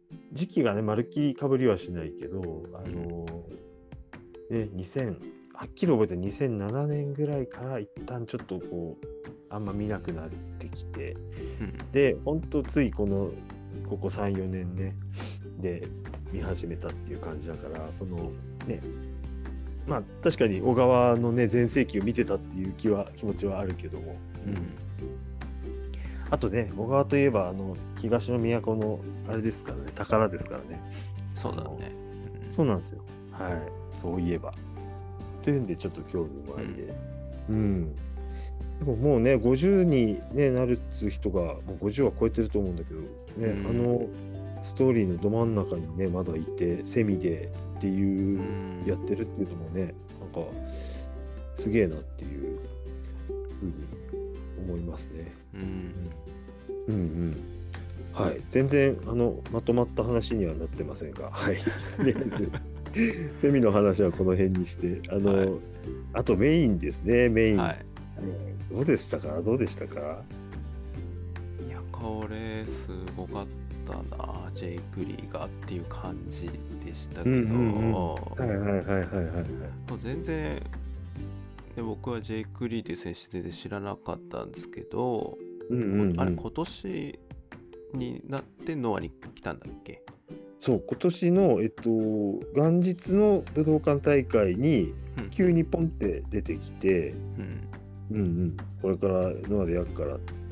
[SPEAKER 1] 時期がね、まるっきりかぶりはしないけど、あのー、ね、にせん、はっきり覚えてにせんななねんぐらいから一旦ちょっとこう、あんま見なくなってきて、
[SPEAKER 2] うん、
[SPEAKER 1] で、ほんとついこの、ここさん、よねんね、で見始めたっていう感じだから、そのね、まあ確かに小川のね、全盛期を見てたっていう気は、気持ちはあるけども、
[SPEAKER 2] うん、
[SPEAKER 1] あとね、小川といえば、あの、東の都の、あれですからね、宝ですからね。
[SPEAKER 2] そうだね。
[SPEAKER 1] そうなんですよ。はい。そういえば。というんで、ちょっと興味もありで。うん。うん、でももうね、ごじゅうに、ね、なるっつう人が、もうごじゅうは超えてると思うんだけど、ね、うん、あの、ストーリーのど真ん中にね、まだいて、セミでっていう、うん、やってるっていうのもね、なんか、すげえなっていうふうに思いますね。
[SPEAKER 2] うん。
[SPEAKER 1] うんうん。はい。全然、あの、まとまった話にはなってませんが、はい。とりあえず、セミの話はこの辺にして、あの、はい、あとメインですね、メイン。はい、どうでしたかどうでしたか
[SPEAKER 2] いや、これ、すごかったな、ジェイク・リーがっていう感じでしたけど、
[SPEAKER 1] はいはいはいはいはい。
[SPEAKER 2] 全然、で僕はジェイク・リーっていう選手全然知らなかったんですけど、うんうんうん、あれ、今年になってノアに来たんだっけ？
[SPEAKER 1] そう、今年の、えっと、元日の武道館大会に急にポンって出てきて、うんうんうん、これからノアでやるからっつって、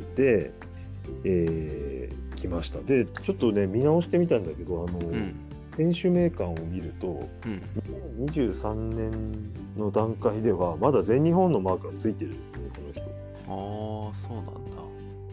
[SPEAKER 1] えー、来ました。で、ちょっとね、見直してみたんだけど、あの、うん、選手名鑑を見ると、うん、にせんにじゅうさんねんの段階では、まだ全日本のマークがついてるんですね、この人。
[SPEAKER 2] ああ、そうなんだ。
[SPEAKER 1] うん。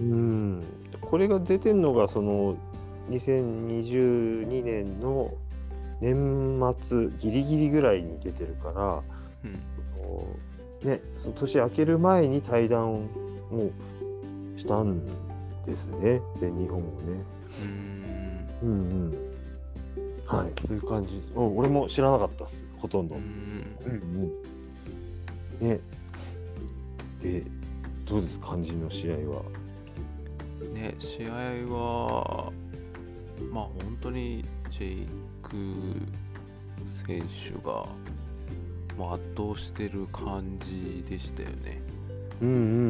[SPEAKER 1] これが出てんのが、その、にせんにじゅうにねんの年末ギリギリぐらいに出てるから、うん、ね、その年明ける前に対談をしたんですね、全日本をね。うんうんうん。はい、そういう感じです。俺も知らなかったっす、ほとんど。うんうんうん。ね。で、どうですか、肝心の試合は。
[SPEAKER 2] ね、試合は、まあ本当にジェイク選手がもう圧倒してる感じでしたよね。
[SPEAKER 1] うんうんうんうんうん。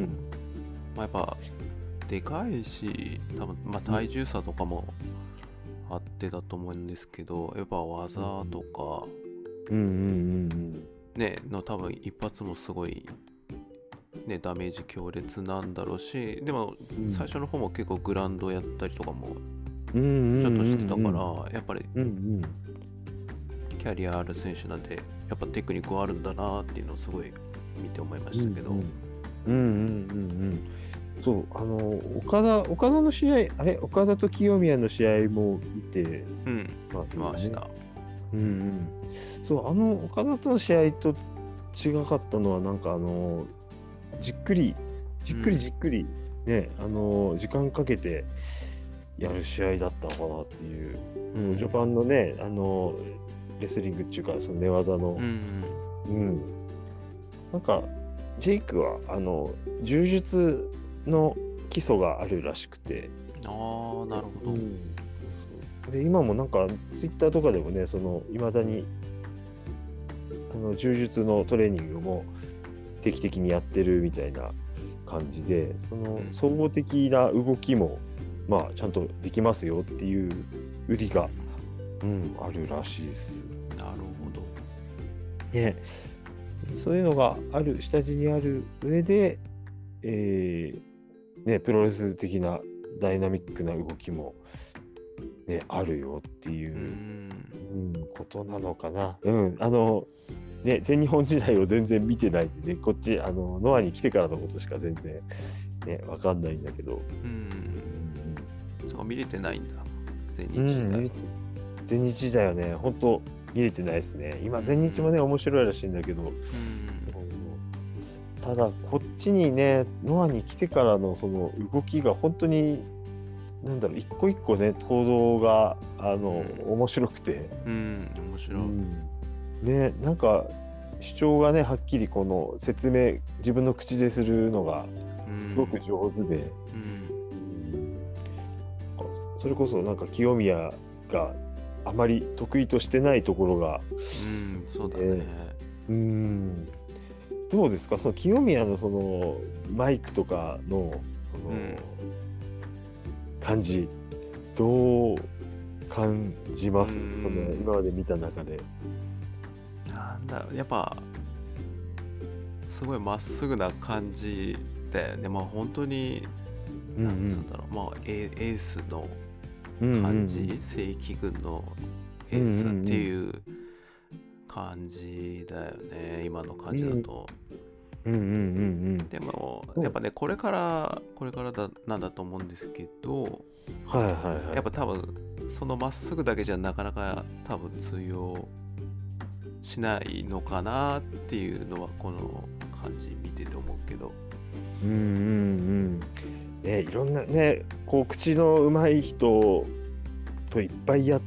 [SPEAKER 2] まあやっぱでかいし、多分まあ体重差とかもあってだと思うんですけど、やっぱ技とか、
[SPEAKER 1] うんうんうんうん
[SPEAKER 2] ねの多分一発もすごい。ね、ダメージ強烈なんだろうし、でも最初の方も結構グラウンドやったりとかもちょっとしてたから、やっぱりキャリアある選手なんでやっぱテクニックはあるんだなっていうのをすごい見て思いましたけど、うん
[SPEAKER 1] うんうんうん、そうあの岡田岡田の試合、あれ岡田と清宮の試合も見て
[SPEAKER 2] ました。
[SPEAKER 1] うんうん、そうあの岡田との試合と違かったのはなんかあのじっくりじっくりじっくりね、うん、あの時間かけてやる試合だったのかなっていう、うん、序盤のねあのレスリングっていうかその寝技の、うんうん、なんかジェイクはあの柔術の基礎があるらしくて、
[SPEAKER 2] ああなるほど、うん、
[SPEAKER 1] で今もなんかツイッターとかでもねその未だにあの柔術のトレーニングも定期的にやってるみたいな感じで、その総合的な動きも、まあ、ちゃんとできますよっていう売りが、うん、あるらしいです。
[SPEAKER 2] なるほど。
[SPEAKER 1] ね、そういうのがある、下地にある上で、えーね、プロレス的なダイナミックな動きも、ね、あるよっていう、うん、ことなのかな。うん、あのね、全日本時代を全然見てないんでね、こっちあのノアに来てからのことしか全然ね分かんないんだけど、うん、
[SPEAKER 2] うん、そう見れてないんだ、全日時代、うん、
[SPEAKER 1] 全日時代はね本当見れてないですね。今全日もね、うん、面白いらしいんだけど、うん、ただこっちにねノアに来てからのその動きが本当になんだろう一個一個ね行動があの、うん、面白くて、
[SPEAKER 2] うん、面白い。うん
[SPEAKER 1] ね、なんか主張がねはっきりこの説明自分の口でするのがすごく上手で、うんうん、 それこそなんか清宮があまり得意としてないところが、
[SPEAKER 2] うんそうだね、
[SPEAKER 1] えー、うーんどうですか、その清宮のそのマイクとかの、その、うん、感じどう感じます？その今まで見た中で。
[SPEAKER 2] なんだろう、やっぱすごいまっすぐな感じだよね。まあ本当に、うんうん、なんつうんだろう、まあエースの感じ、うんうん、正規軍のエースっていう感じだよね、今の感じだと。うんうんうんうん、でもやっぱね、これからこれからだなんだと思うんですけど、はいはいはい、やっぱ多分そのまっすぐだけじゃなかなか多分通用しないのかなっていうのはこの感じ見てて思うけど。
[SPEAKER 1] うんうんうんね、いろんなねこう口のうまい人といっぱいやって、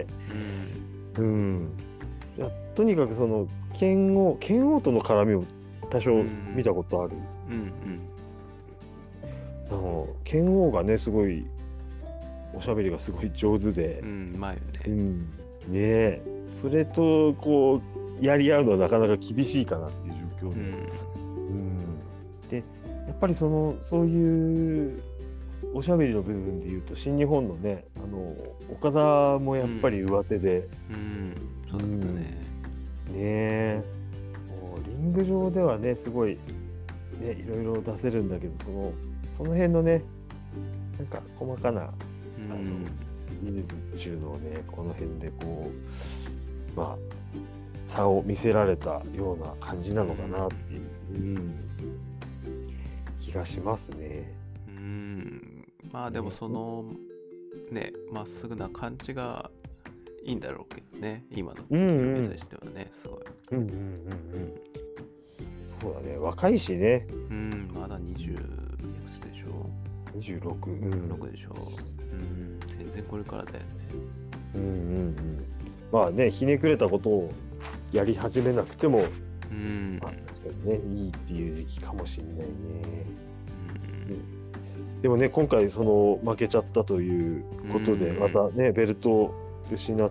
[SPEAKER 1] うん、うん、いやとにかくその剣王剣王との絡みを多少見たことある。うんうん、あの剣王がねすごいおしゃべりがすごい上手で、うん、うまいよね。うん、ねえ、それとこうやり合うのはなかなか厳しいかなっていう状況で、うんうん、でやっぱりそのそういうおしゃべりの部分でいうと新日本のねあの岡田もやっぱり上手で、うんうん、そうだったね。うん、ねえ、もうリング上ではねすごいねいろいろ出せるんだけど、そのその辺のねなんか細かな、うん、あの技術っていうのをねこの辺でこうまあ差を見せられたような感じなのかなっていう、うん、気がしますね。
[SPEAKER 2] うん、まあでもそのねまっすぐな感じがいいんだろうけどね、今の目指してはね、すごい。うんうんうんうん。
[SPEAKER 1] そうだね、若いしね。
[SPEAKER 2] うん、まだにじゅういくつでしょう。
[SPEAKER 1] にじゅうろく、うん、
[SPEAKER 2] ろくでしょう。うん、全然これからだよね。
[SPEAKER 1] うんうんうん。まあね、ひねくれたことをやり始めなくても、うん、まあ、確かにね、いいっていう時期かもしれないね。うん、でもね、今回その負けちゃったということで、またね、ベルトを失って、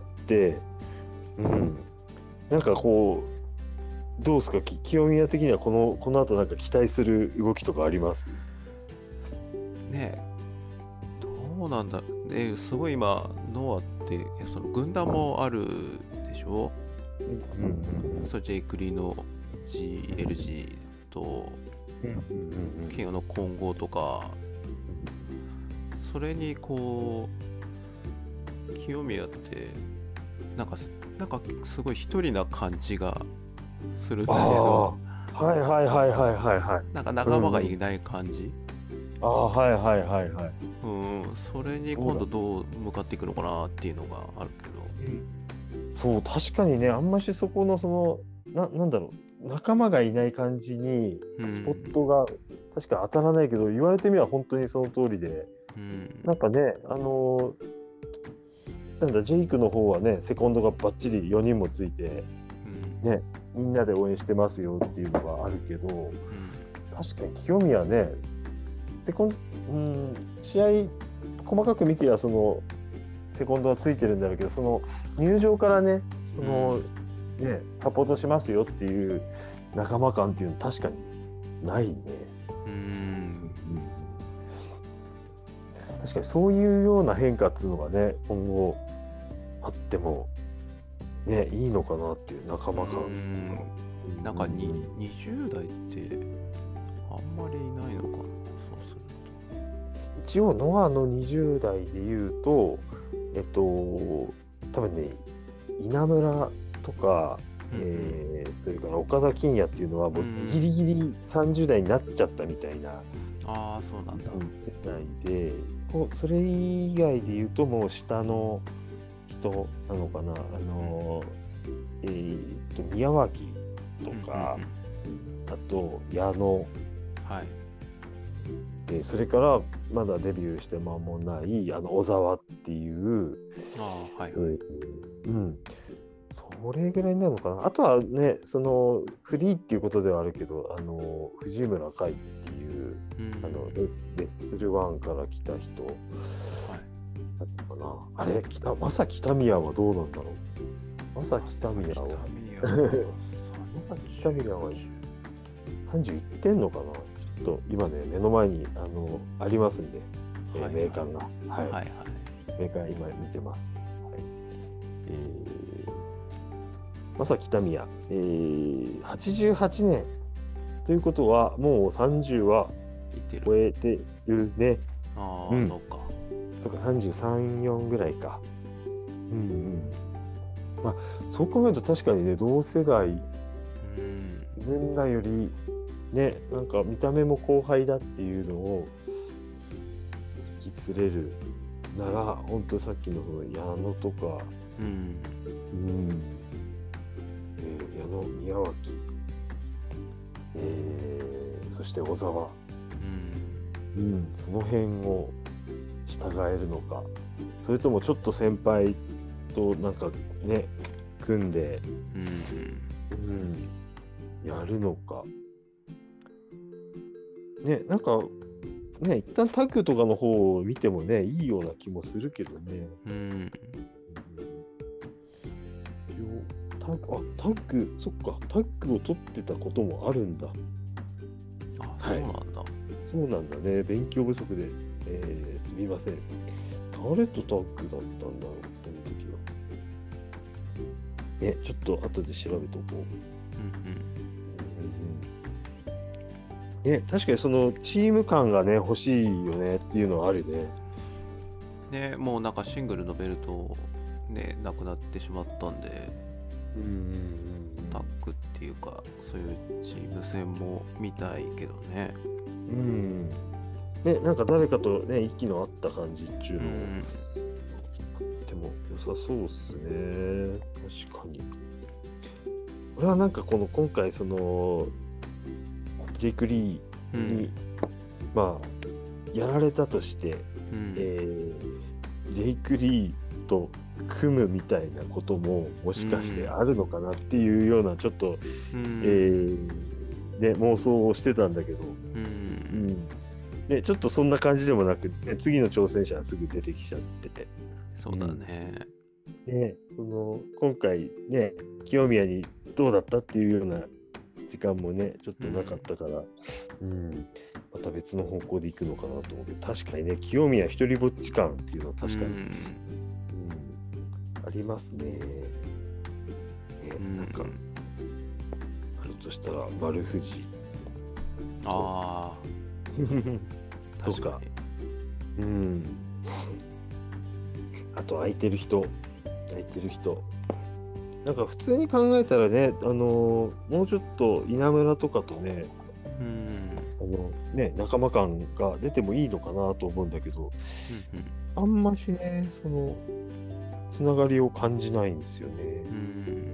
[SPEAKER 1] うん、なんかこう、どうですか、清宮的にはこの、この後なんか期待する動きとかあります？
[SPEAKER 2] ねえ、どうなんだろう、ね、すごい今、ノアってその軍団もあるでしょ。うんうんうん、そうジェイクリの ジーエルジー と、ケンオの混合とか、それにこう清宮ってなんかなんかすごい一人な感じがするんだけど、
[SPEAKER 1] はいはいはいはいはいはい、
[SPEAKER 2] なんか仲間がいない感じ、
[SPEAKER 1] うん、ああはいはいはいはい、
[SPEAKER 2] うん、それに今度どう向かっていくのかなっていうのがあるけど、
[SPEAKER 1] そう確かにね、あんましそこのその な, なんだろう仲間がいない感じにスポットが確か当たらないけど、うん、言われてみれば本当にその通りで、うん、なんかねあのー、なんだジェイクの方はねセコンドがバッチリよにんもついて、うん、ねみんなで応援してますよっていうのがあるけど、うん、確かに清宮ねセコンド、うん、試合細かく見てはそのセコンドはついてるんだろうけど、その入場からねその、うん、ねサポートしますよっていう仲間感っていうの確かにないね。うん、確かにそういうような変化っていうのがね今後あってもねいいのかなっていう仲間感っていうの、
[SPEAKER 2] うん、なんかににじゅう代ってあんまりいないのかな。そうする
[SPEAKER 1] と一応ノアのにじゅう代でいうとえっと多分ね稲村とか、うんえー、それから岡田金也っていうのはもうギリギリさんじゅう代になっちゃったみたいな、うん、
[SPEAKER 2] あそうなんだ
[SPEAKER 1] 世代で、こうそれ以外でいうともう下の人なのかな、あの、えー、と宮脇とか、うん、あと矢野、はい、でそれからまだデビューして間もないあの小沢っていう、あ、はいはい、えー、うん、それぐらいになるのかな。あとはねそのフリーっていうことではあるけど、あの藤村海っていう、うん、あのレッスルワンから来た人、はい、
[SPEAKER 3] だったかな。あれ北まさ北宮はどうなんだろう。まさ北宮はまさ北宮はさんじゅういってんのかな。ちょっと今ね目の前にあのありますんで、えー
[SPEAKER 2] はいはい
[SPEAKER 3] 名鑑が、はい
[SPEAKER 2] はいはい。
[SPEAKER 3] 名鑑今見てます。はいえー、まさ北宮、えー、はちじゅうはちねんということはもうさんじゅうは超
[SPEAKER 2] 言ってる。
[SPEAKER 3] えてるね。
[SPEAKER 2] ああ、
[SPEAKER 3] うん
[SPEAKER 2] そうか。
[SPEAKER 3] とかさんじゅうさん、よんぐらいか。うんうん。まあそう考えると確かにね同世代
[SPEAKER 2] うん。
[SPEAKER 3] 自分らよりねなんか見た目も後輩だっていうのを引き連れるなら本当さっきのその矢野とか、
[SPEAKER 2] うん。
[SPEAKER 3] うんえー、矢野宮脇、えー、そして小沢、
[SPEAKER 2] うん。
[SPEAKER 3] うん、その辺を従えるのかそれともちょっと先輩となんかね組んで、
[SPEAKER 2] うん。
[SPEAKER 3] うん、やるのかねなんかね一旦タッグとかの方を見てもねいいような気もするけどね。
[SPEAKER 2] うん。
[SPEAKER 3] うんタッグあタッグそっかタッグを取ってたこともあるんだ。
[SPEAKER 2] あ、そうなんだ。
[SPEAKER 3] そうなんだね勉強不足で、えー、すみません。誰とタッグだったんだろうこの時は。ねちょっと後で調べとこう。
[SPEAKER 2] うん。
[SPEAKER 3] ね確かにそのチーム感がね欲しいよねっていうのはあるね。
[SPEAKER 2] ね、もうなんかシングルのベルトねなくなってしまったんで、
[SPEAKER 3] うんうんうん
[SPEAKER 2] タッグっていうかそういうチーム戦も見たいけどね。
[SPEAKER 3] うんね、なんか誰かとね息の合った感じっていうのを、
[SPEAKER 2] うん、
[SPEAKER 3] でも良さそうっすね確かに。俺はなんかこの今回そのジェイク・リーに、
[SPEAKER 2] うん、
[SPEAKER 3] まあやられたとして、
[SPEAKER 2] うん
[SPEAKER 3] えー、ジェイク・リーと組むみたいなことももしかしてあるのかなっていうようなちょっと、
[SPEAKER 2] うん
[SPEAKER 3] えーね、妄想をしてたんだけど、
[SPEAKER 2] うん
[SPEAKER 3] うんね、ちょっとそんな感じでもなく、ね、次の挑戦者はすぐ出てきちゃってて、
[SPEAKER 2] そうだね。
[SPEAKER 3] ね、その今回ね清宮にどうだったっていうような時間もねちょっとなかったから、うんうんまた別の方向で行くのかなと思うけど確かにね清宮一人ぼっち感っていうのは確かに、
[SPEAKER 2] うん
[SPEAKER 3] うんありますね。ね
[SPEAKER 2] うん
[SPEAKER 3] なんかあるとしたら丸藤
[SPEAKER 2] ああ、
[SPEAKER 3] とか
[SPEAKER 2] 確かに。
[SPEAKER 3] うんあと空いてる人空いてる人なんか普通に考えたらねあのーもうちょっと稲村とかとね
[SPEAKER 2] うん
[SPEAKER 3] あのね仲間感が出てもいいのかなと思うんだけどあんましねそのつながりを感じないんですよね。
[SPEAKER 2] うん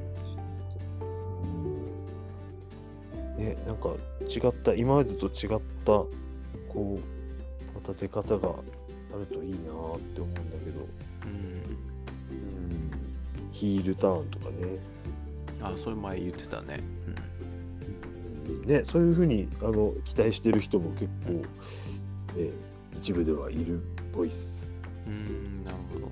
[SPEAKER 3] うんねなんか違った今までと違ったこうまた出方があるといいなって思うんだけど、
[SPEAKER 2] うん
[SPEAKER 3] うん、ヒールターンとかね、
[SPEAKER 2] あ、それ前言ってたね。
[SPEAKER 3] ねそういうふうにあの期待してる人も結構、えー一部ではいるっぽいっす。
[SPEAKER 2] うん、うんなるほど。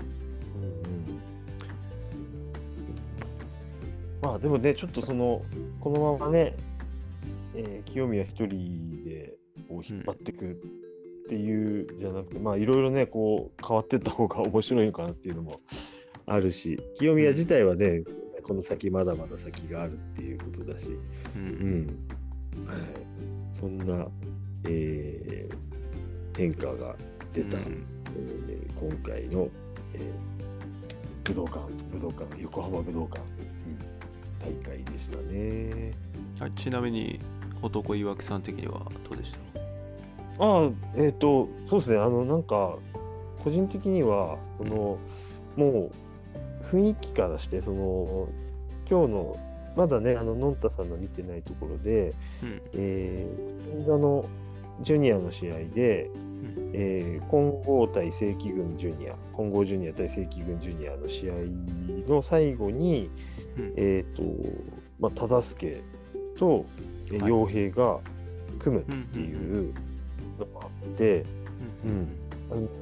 [SPEAKER 3] まあでもねちょっとそのこのままね、えー清宮一人でこう引っ張っていくっていうじゃなくて、まあいろいろねこう変わっていった方が面白いのかなっていうのもあるし清宮自体はね、この先まだまだ先があるっていうことだし、
[SPEAKER 2] う
[SPEAKER 3] うんんはい、そんな、えー変化が出た、
[SPEAKER 2] うん
[SPEAKER 3] えー今回の、えー武道館武道館横浜武道館、大会でしたね。
[SPEAKER 2] はい、ちなみに男岩木さん的にはどうでした？
[SPEAKER 3] ああえっ、とそうですねあのなんか個人的にはそのもう雰囲気からしてその今日のまだねあののんたさんの見てないところで、
[SPEAKER 2] うん
[SPEAKER 3] えー、銀座のジュニアの試合で、
[SPEAKER 2] うん
[SPEAKER 3] えー、金剛対正規軍ジュニア金剛ジュニア対正規軍ジュニアの試合の最後に、
[SPEAKER 2] うん
[SPEAKER 3] えっ、とまあ忠助とえー
[SPEAKER 2] はい
[SPEAKER 3] 傭兵が組むっていうのがあって、
[SPEAKER 2] うん
[SPEAKER 3] うんあの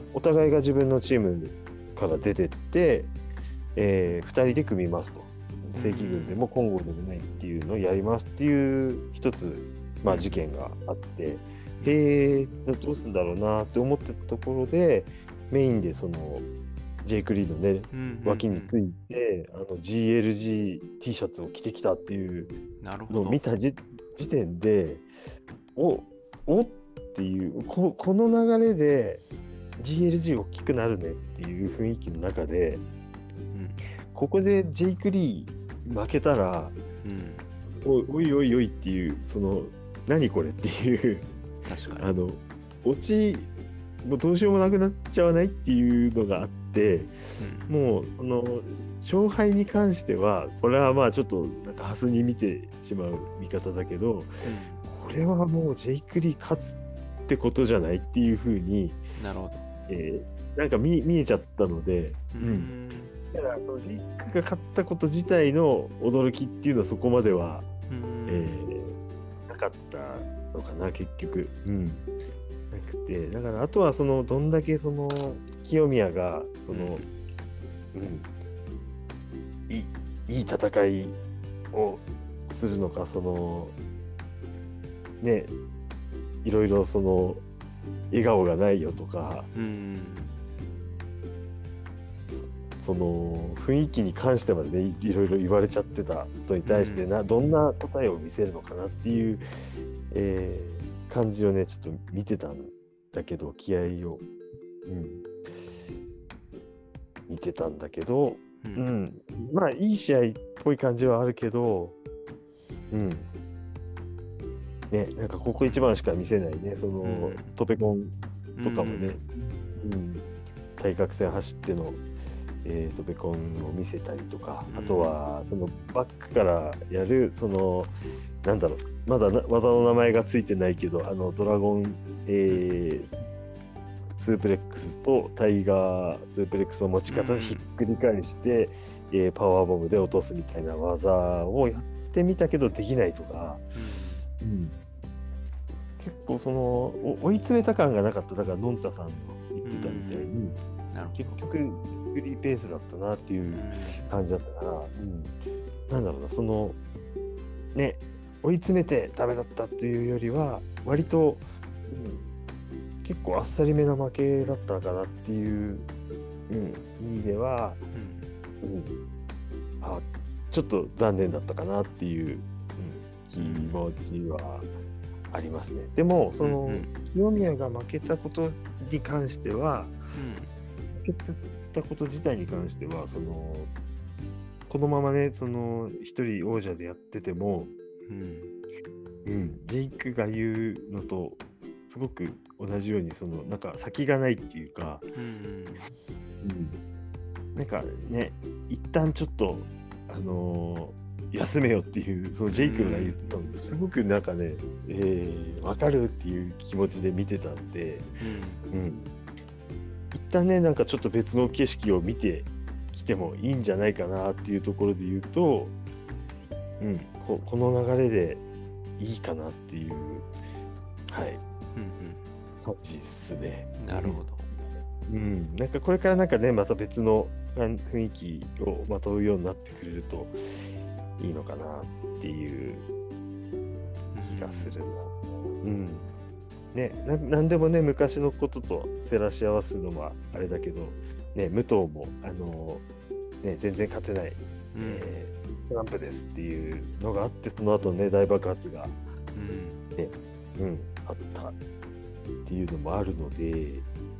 [SPEAKER 3] お互いが自分のチームから出てって、えー、ふたりで組みますと。正規軍でも金剛でもないっていうのをやりますっていう一つ、まあ、事件があって、へえ、どうするんだろうなって思ってたところで、メインでそのジェイク・リーのね、脇について、あの ジーエルジー T シャツを着てきたっていうのを見た時点で、おおっていうこ、この流れで ジーエルジー 大きくなるねっていう雰囲気の中で、うん、ここでジェイク・リー負けたら、うん、お, おいおいおいっていう、その何これっていう
[SPEAKER 2] 確かに
[SPEAKER 3] あの落ちもうどうしようもなくなっちゃわないっていうのがあって、うん、もうその勝敗に関してはこれはまあちょっとなんかハスに見てしまう見方だけど、うん、これはもうジェイク・リー勝つってことじゃないっていう風に
[SPEAKER 2] なるほど、
[SPEAKER 3] えー、なんか 見, 見えちゃったので、
[SPEAKER 2] うんうん、
[SPEAKER 3] だからそのジェイクが勝ったこと自体の驚きっていうのはそこまでは、うんえー、なかったのかな結局。うんなくて、だからあとはそのどんだけその清宮がその、うんうん、い, いい戦いをするのか、そのねいろいろその笑顔がないよとか、うん、その雰囲気に関してまでねいろいろ言われちゃってたことに対してな、うん、どんな答えを見せるのかなっていう、えー感じをねちょっと見てたんだけど、気合を、うん、見てたんだけど、うんうん、まあいい試合っぽい感じはあるけど、うんね、なんかここ一番しか見せないね、その、うん、トペコンとかもね、うんうん、対角線走っての、えー、トペコンを見せたりとか、あとはそのバックからやるそのなんだろう、まだ技の名前がついてないけど、あのドラゴン、えー、スープレックスとタイガースープレックスの持ち方でひっくり返して、うん、えー、パワーボムで落とすみたいな技をやってみたけどできないとか、うん、結構その追い詰めた感がなかった。だからのんたさんの言ってたみたいに、うん、結局フリーペースだったなっていう感じだったから、うん、なんだろうな、そのね追い詰めてダメだったっていうよりは割と、うん、結構あっさりめな負けだったのかなっていう、うん、意味では、うんうん、あちょっと残念だったかなっていう、うん、気持ちはありますね。でもその、うんうん、清宮が負けたことに関しては、うん、負けたこと自体に関してはそのこのままねその一人王者でやっててもうんうん、ジェイクが言うのとすごく同じようにそのなんか先がないっていうか、うんうんうん、なんかね一旦ちょっとあのー、休めよっていうそのジェイクが言ってたのすごくなんかね、えー、分かるっていう気持ちで見てたんで、うんうん、一旦ねなんかちょっと別の景色を見てきてもいいんじゃないかなっていうところで言うと、うん、こ, この流れでいいかなっていう、はい、うんうん、感じですね。
[SPEAKER 2] なるほど。
[SPEAKER 3] うん、なんかこれからなんかねまた別の雰囲気をまとうようになってくれるといいのかなっていう気がするな。うん。ね、ななんでもね昔のことと照らし合わすのはあれだけど、ね武藤もあのー、ね全然勝てない。うんえースランプですっていうのがあって、その後ね大爆発が、うんねうん、あったっていうのもあるので、うん、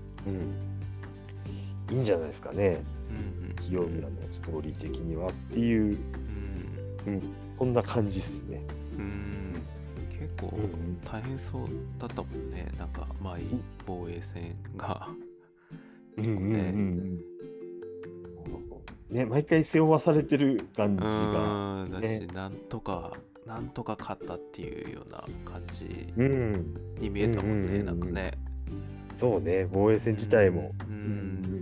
[SPEAKER 3] いいんじゃないですかね、うんうん、清宮のストーリー的にはっていう、うんうん、こんな感じっすね。
[SPEAKER 2] うん結構大変そうだったもんね、なんか前防衛戦が結構ね、うんうんうんうん
[SPEAKER 3] ね、毎回背負わされてる感じが、
[SPEAKER 2] ね、だしなんとかなんとか勝ったっていうような感じに見えたもんね、うんうんうんうん、なんかね
[SPEAKER 3] そうね防衛戦自体も、うんうんうん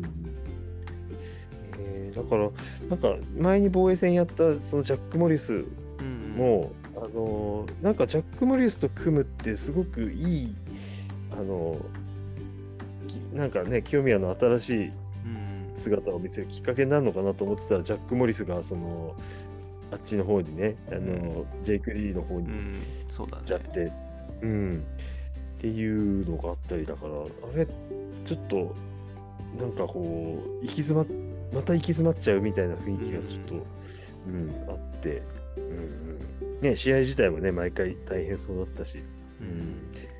[SPEAKER 3] えー、だからなんか前に防衛戦やったそのジャック・モリスも、うんうん、あのなんかジャック・モリスと組むってすごくいいあのなんかね、清宮の新しい
[SPEAKER 2] うん
[SPEAKER 3] 姿を見せるきっかけになるのかなと思ってたら、ジャック・モリスがそのあっちの方にね、あの、
[SPEAKER 2] うん
[SPEAKER 3] ジェイク・リーの方に行っ
[SPEAKER 2] うんそうだね
[SPEAKER 3] ちゃって、うん、っていうのがあったりだから、あれ、ちょっと、なんかこう、行き詰まっ、また行き詰まっちゃうみたいな雰囲気がちょっと、うん、あって、うんうん、ね、試合自体もね、毎回大変そうだったし、
[SPEAKER 2] うん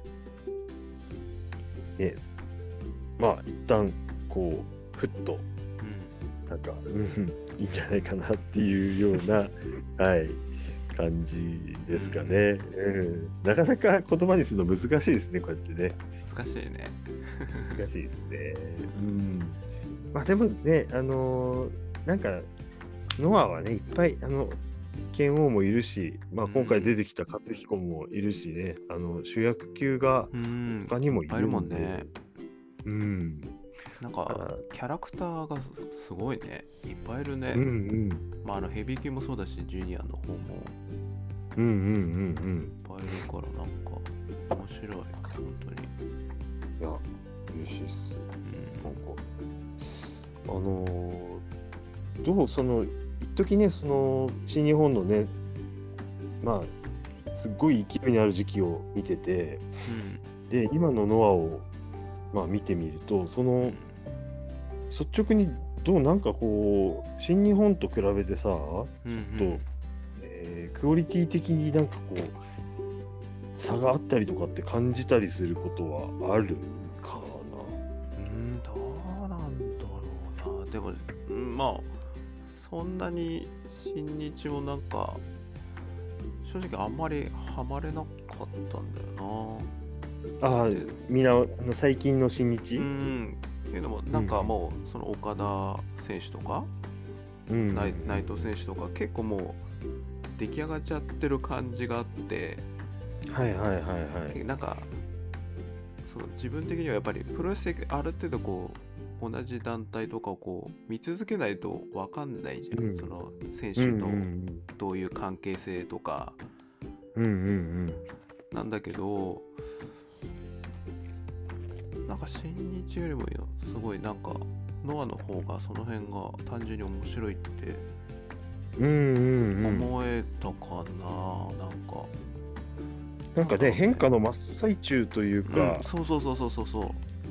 [SPEAKER 3] ね、まあ、一旦、こう、ふっと、
[SPEAKER 2] うん
[SPEAKER 3] なんか、うんいいんじゃないかなっていうような、はい、感じですかね、うん。なかなか言葉にするの難しいですね、こうやってね。
[SPEAKER 2] 難しいね。
[SPEAKER 3] 難しいですね。うん。まあでもね、あのーなんか、ノアはね、いっぱい、あの、剣王もいるし、まあ、今回出てきた勝彦もいるしね、あの主役級が
[SPEAKER 2] うん
[SPEAKER 3] 他にもい
[SPEAKER 2] いっぱいいるも
[SPEAKER 3] るんで、
[SPEAKER 2] んね。
[SPEAKER 3] うん。
[SPEAKER 2] なんかキャラクターがすごいね。いっぱいいるね。
[SPEAKER 3] うんうん。
[SPEAKER 2] まああのヘビー級もそうだし、ジュニアの方もいっ
[SPEAKER 3] うんうんうん
[SPEAKER 2] ぱいいるからなんか面白い。本当に。
[SPEAKER 3] うん。いや、嬉しいっす。
[SPEAKER 2] うん
[SPEAKER 3] なんか、あのーどう、その、一時ね、その、新日本のね、まあ、すっごい勢いのある時期を見てて、で、今のノアを、まあ、見てみると、その、率直に、どう、なんかこう、新日本と比べてさ、
[SPEAKER 2] うんうん
[SPEAKER 3] と、えークオリティ的になんかこう、差があったりとかって感じたりすることはあるか
[SPEAKER 2] うんどうなんだろうな。でも、うんまあそんなに新日もなんか正直あんまりハマれなかったんだよ
[SPEAKER 3] な。ああ
[SPEAKER 2] で、
[SPEAKER 3] みんな、あの最近の新日
[SPEAKER 2] な。うんっていうのもなんかもうその岡田選手とか、
[SPEAKER 3] うん
[SPEAKER 2] 内内藤選手とか結構もう出来上がっちゃってる感じがあって、
[SPEAKER 3] はいはいはいはい。
[SPEAKER 2] なんかその自分的にはやっぱりプロレスである程度こう同じ団体とかをこう見続けないと分かんないじゃん、
[SPEAKER 3] うん
[SPEAKER 2] その選
[SPEAKER 3] うん
[SPEAKER 2] 手と
[SPEAKER 3] うん
[SPEAKER 2] どういう関係性とか
[SPEAKER 3] うんうんうん
[SPEAKER 2] なんだけど、なんか新日よりもよすごいなんかノアの方がその辺が単純に面白いって
[SPEAKER 3] うんうんうん
[SPEAKER 2] 思えたかな、なんか
[SPEAKER 3] なんかね、変化の真っ最中という
[SPEAKER 2] う
[SPEAKER 3] か
[SPEAKER 2] ん、、そうそうそうそうそうそう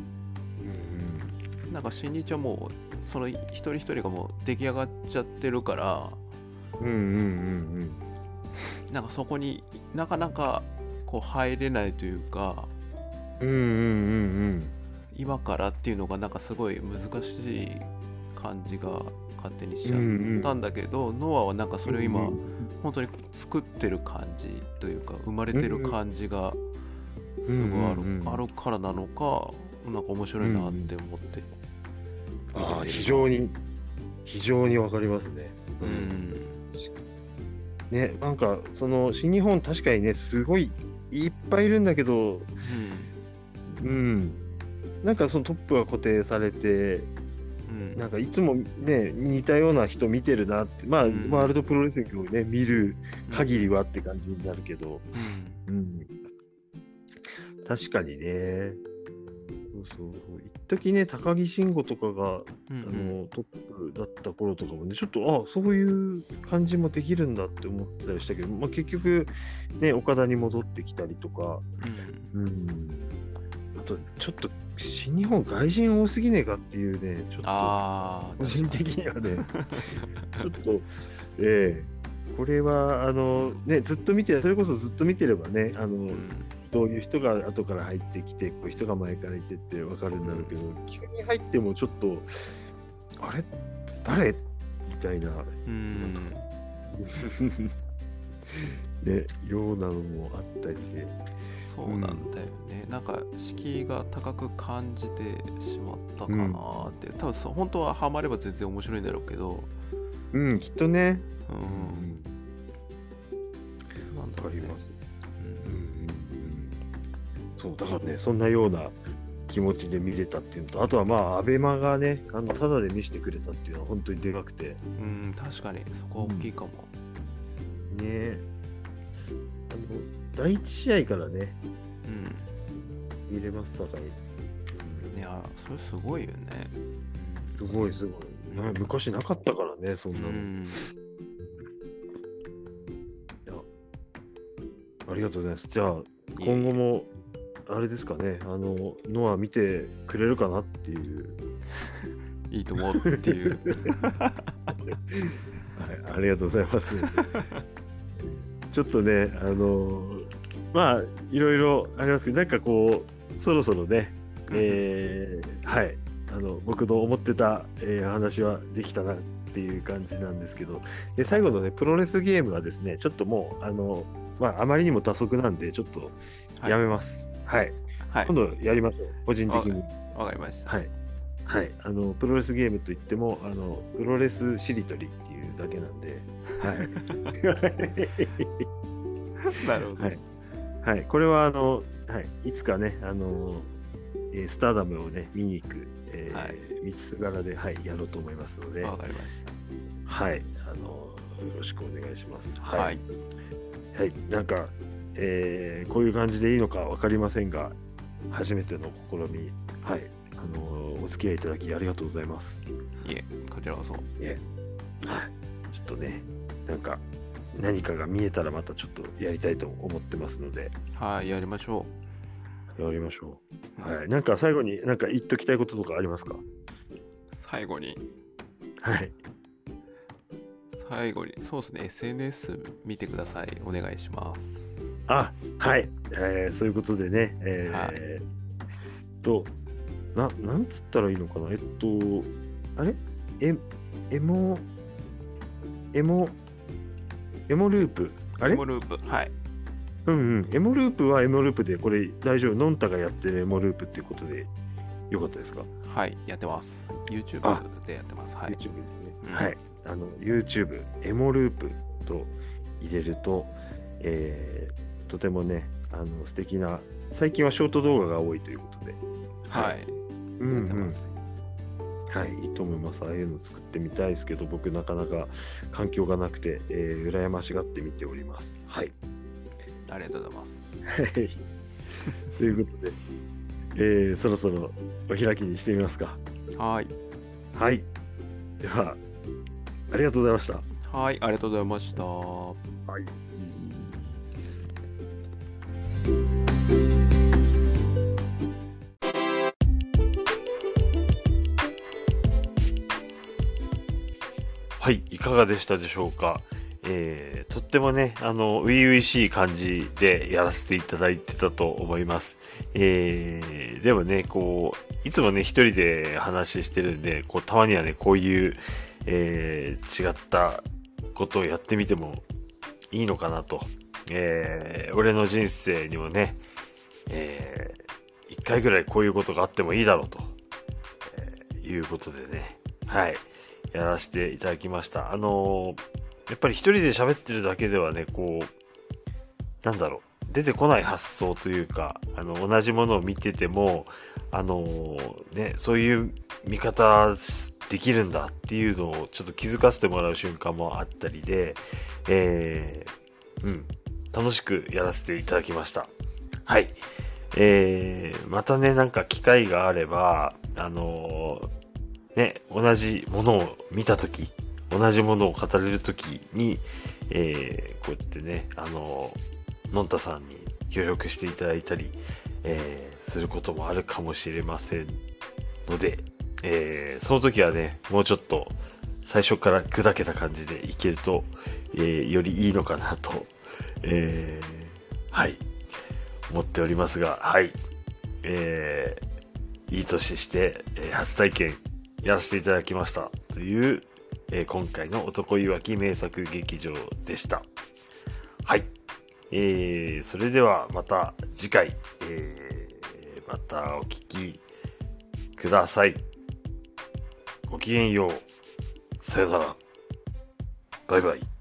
[SPEAKER 3] うん
[SPEAKER 2] なんか新日はもうその一人一人がもう出来上がっちゃってるから
[SPEAKER 3] うんうんうん
[SPEAKER 2] なんかそこになかなかこう入れないというか
[SPEAKER 3] うんうんうんうん
[SPEAKER 2] 今からっていうのがなんかすごい難しい感じが勝手にしちゃ
[SPEAKER 3] うんうん
[SPEAKER 2] ったんだけど、ノアはなんかそれを今、
[SPEAKER 3] うんうん
[SPEAKER 2] 本当に作ってる感じというか生まれてる感じがすごいある,、
[SPEAKER 3] うんうん
[SPEAKER 2] あるからなのかなんか面白いなって思って見ててる、
[SPEAKER 3] ああ非常に非常にわかりますね。
[SPEAKER 2] うん
[SPEAKER 3] ね、なんかその新日本確かにねすごいいっぱいいるんだけど、うん、なんかそのトップが固定されて、
[SPEAKER 2] うん
[SPEAKER 3] なんかいつもね似たような人見てるなって、まあ、
[SPEAKER 2] うん
[SPEAKER 3] ワールドプロレスリングをね見る限りはって感じになるけど、
[SPEAKER 2] うん
[SPEAKER 3] うん、確かにね。そうそうそう一時ね高木慎吾とかが、
[SPEAKER 2] うん
[SPEAKER 3] あのトップだった頃とかもねちょっとあそういう感じもできるんだって思ってたりしたけど、まあ、結局ね岡田に戻ってきたりとか、
[SPEAKER 2] うん
[SPEAKER 3] うん、あとちょっと新日本外人多すぎねえかっていうねちょっと
[SPEAKER 2] ああ
[SPEAKER 3] 個人的にはねちょっとええこれはあのねずっと見てそれこそずっと見てればねあの、
[SPEAKER 2] うん
[SPEAKER 3] どういう人が後から入ってきてこういう人が前からいてって分かるんだろうけど、急に入ってもちょっとあれ誰みたいな
[SPEAKER 2] うん
[SPEAKER 3] ねようなのもあったりで
[SPEAKER 2] そうなんだよね、なんか敷居が高く感じてしまったかなって、多分そう本当はハマれば全然面白いんだろうけど、
[SPEAKER 3] うんきっとね
[SPEAKER 2] うん
[SPEAKER 3] うん
[SPEAKER 2] なんだろうね
[SPEAKER 3] わかります、
[SPEAKER 2] う
[SPEAKER 3] うんんうんうん、そうだからねそんなような気持ちで見れたっていうのとあとはまあアベマがねあのタダで見せてくれたっていうのは本当にでかくて
[SPEAKER 2] うん、確かにそこは大きいかも、
[SPEAKER 3] ねあの第一試合からね
[SPEAKER 2] うん
[SPEAKER 3] 見れますさかい、
[SPEAKER 2] いやそれすごいよね。
[SPEAKER 3] すごいすごい、ね、昔なかったからねそんなの、うん、いやありがとうございます。じゃあ今後もあれですかね、あのノア見てくれるかなっていう
[SPEAKER 2] いいと思うっていう
[SPEAKER 3] はい、ありがとうございますちょっとねあのまあいろいろありますけど、なんかこうそろそろね、えー、はいあの僕の思ってた、えー、話はできたなっていう感じなんですけど、で最後のねプロレスゲームはですねちょっともうあのまああまりにも多速なんでちょっとやめます。はい、はい、今度やりましょう個人的に。
[SPEAKER 2] わかりました。
[SPEAKER 3] はいはい、あのプロレスゲームといってもあのプロレスしりとりっていうだけなんで、はい、
[SPEAKER 2] なるほど、
[SPEAKER 3] はいはい、これはあの、はい、いつかねあの、えー、スターダムをね見に行く、えーはい、道すがらで、はい、やろうと思いますので、
[SPEAKER 2] わかりました。
[SPEAKER 3] はい、あのよろしくお願いします。はい、
[SPEAKER 2] はい
[SPEAKER 3] はい、なんか、えー、こういう感じでいいのか分かりませんが、初めての試み、はい。あのお付き合いいただきありがとうございます。
[SPEAKER 2] いえ、こちらこそ。い
[SPEAKER 3] え、はい。ちょっとね、なんか何かが見えたらまたちょっとやりたいと思ってますので。
[SPEAKER 2] はい、やりましょ
[SPEAKER 3] う。やりましょう。はい。なんか最後になんか言っときたいこととかありますか？
[SPEAKER 2] 最後に。
[SPEAKER 3] はい。
[SPEAKER 2] 最後に、そうですね、エスエヌエス 見てください。お願いします。
[SPEAKER 3] あ、はい。えー、そういうことでね、えー、はい、と、な、なんつったらいいのかな、えっと、あれエ、エモ、エモ、エモループ、あれ
[SPEAKER 2] エモループ、はい。
[SPEAKER 3] うんうん、エモループはエモループで、これ大丈夫、ノンタがやってるエモループっていうことでよかったですか？
[SPEAKER 2] はい、やってます。YouTube でやってます。はい、
[SPEAKER 3] YouTube ですね。うん、はい。あの、YouTube、エモループと入れると、えー、とてもね、あの、素敵な、最近はショート動画が多いということで、
[SPEAKER 2] はい。
[SPEAKER 3] うんうん、はい、いいと思います。ああいうの作ってみたいですけど、僕なかなか環境がなくて、えー、羨ましがって見ております。はい。
[SPEAKER 2] ありがとうございます。
[SPEAKER 3] はい。ということで、えー、そろそろお開きにしてみますか。
[SPEAKER 2] はい。
[SPEAKER 3] はい。では、ありがとうございました。
[SPEAKER 2] はい、ありがとうございました。
[SPEAKER 3] はい。はい、いかがでしたでしょうか。えー、とってもね、あの、初々しい感じでやらせていただいてたと思います。えー、でもね、こう、いつもね、一人で話してるんで、こう、たまにはね、こういう、えー、違ったことをやってみてもいいのかなと。えー、俺の人生にもね、えー、一回ぐらいこういうことがあってもいいだろうと、えー、いうことでね、はい。やらせていただきました。あのー、やっぱり一人で喋ってるだけではね、こう、なんだろう、出てこない発想というか、あの、同じものを見てても、あのー、ね、そういう見方できるんだっていうのをちょっと気づかせてもらう瞬間もあったりで、えー、うん、楽しくやらせていただきました。はい。えー、またね、なんか機会があれば、あのー、ね、同じものを見たとき、同じものを語れるときに、えー、こうやってね、あの、のんたさんに協力していただいたり、えー、することもあるかもしれませんので、えー、その時はね、もうちょっと最初から砕けた感じでいけると、えー、よりいいのかなと、えー、はい、思っておりますが、はい、えー、いい年して、えー、初体験、やらせていただきましたという、えー、今回の男いわき名作劇場でした。はい。えー、それではまた次回、えー、またお聞きください。ごきげんよう。さよなら。バイバイ。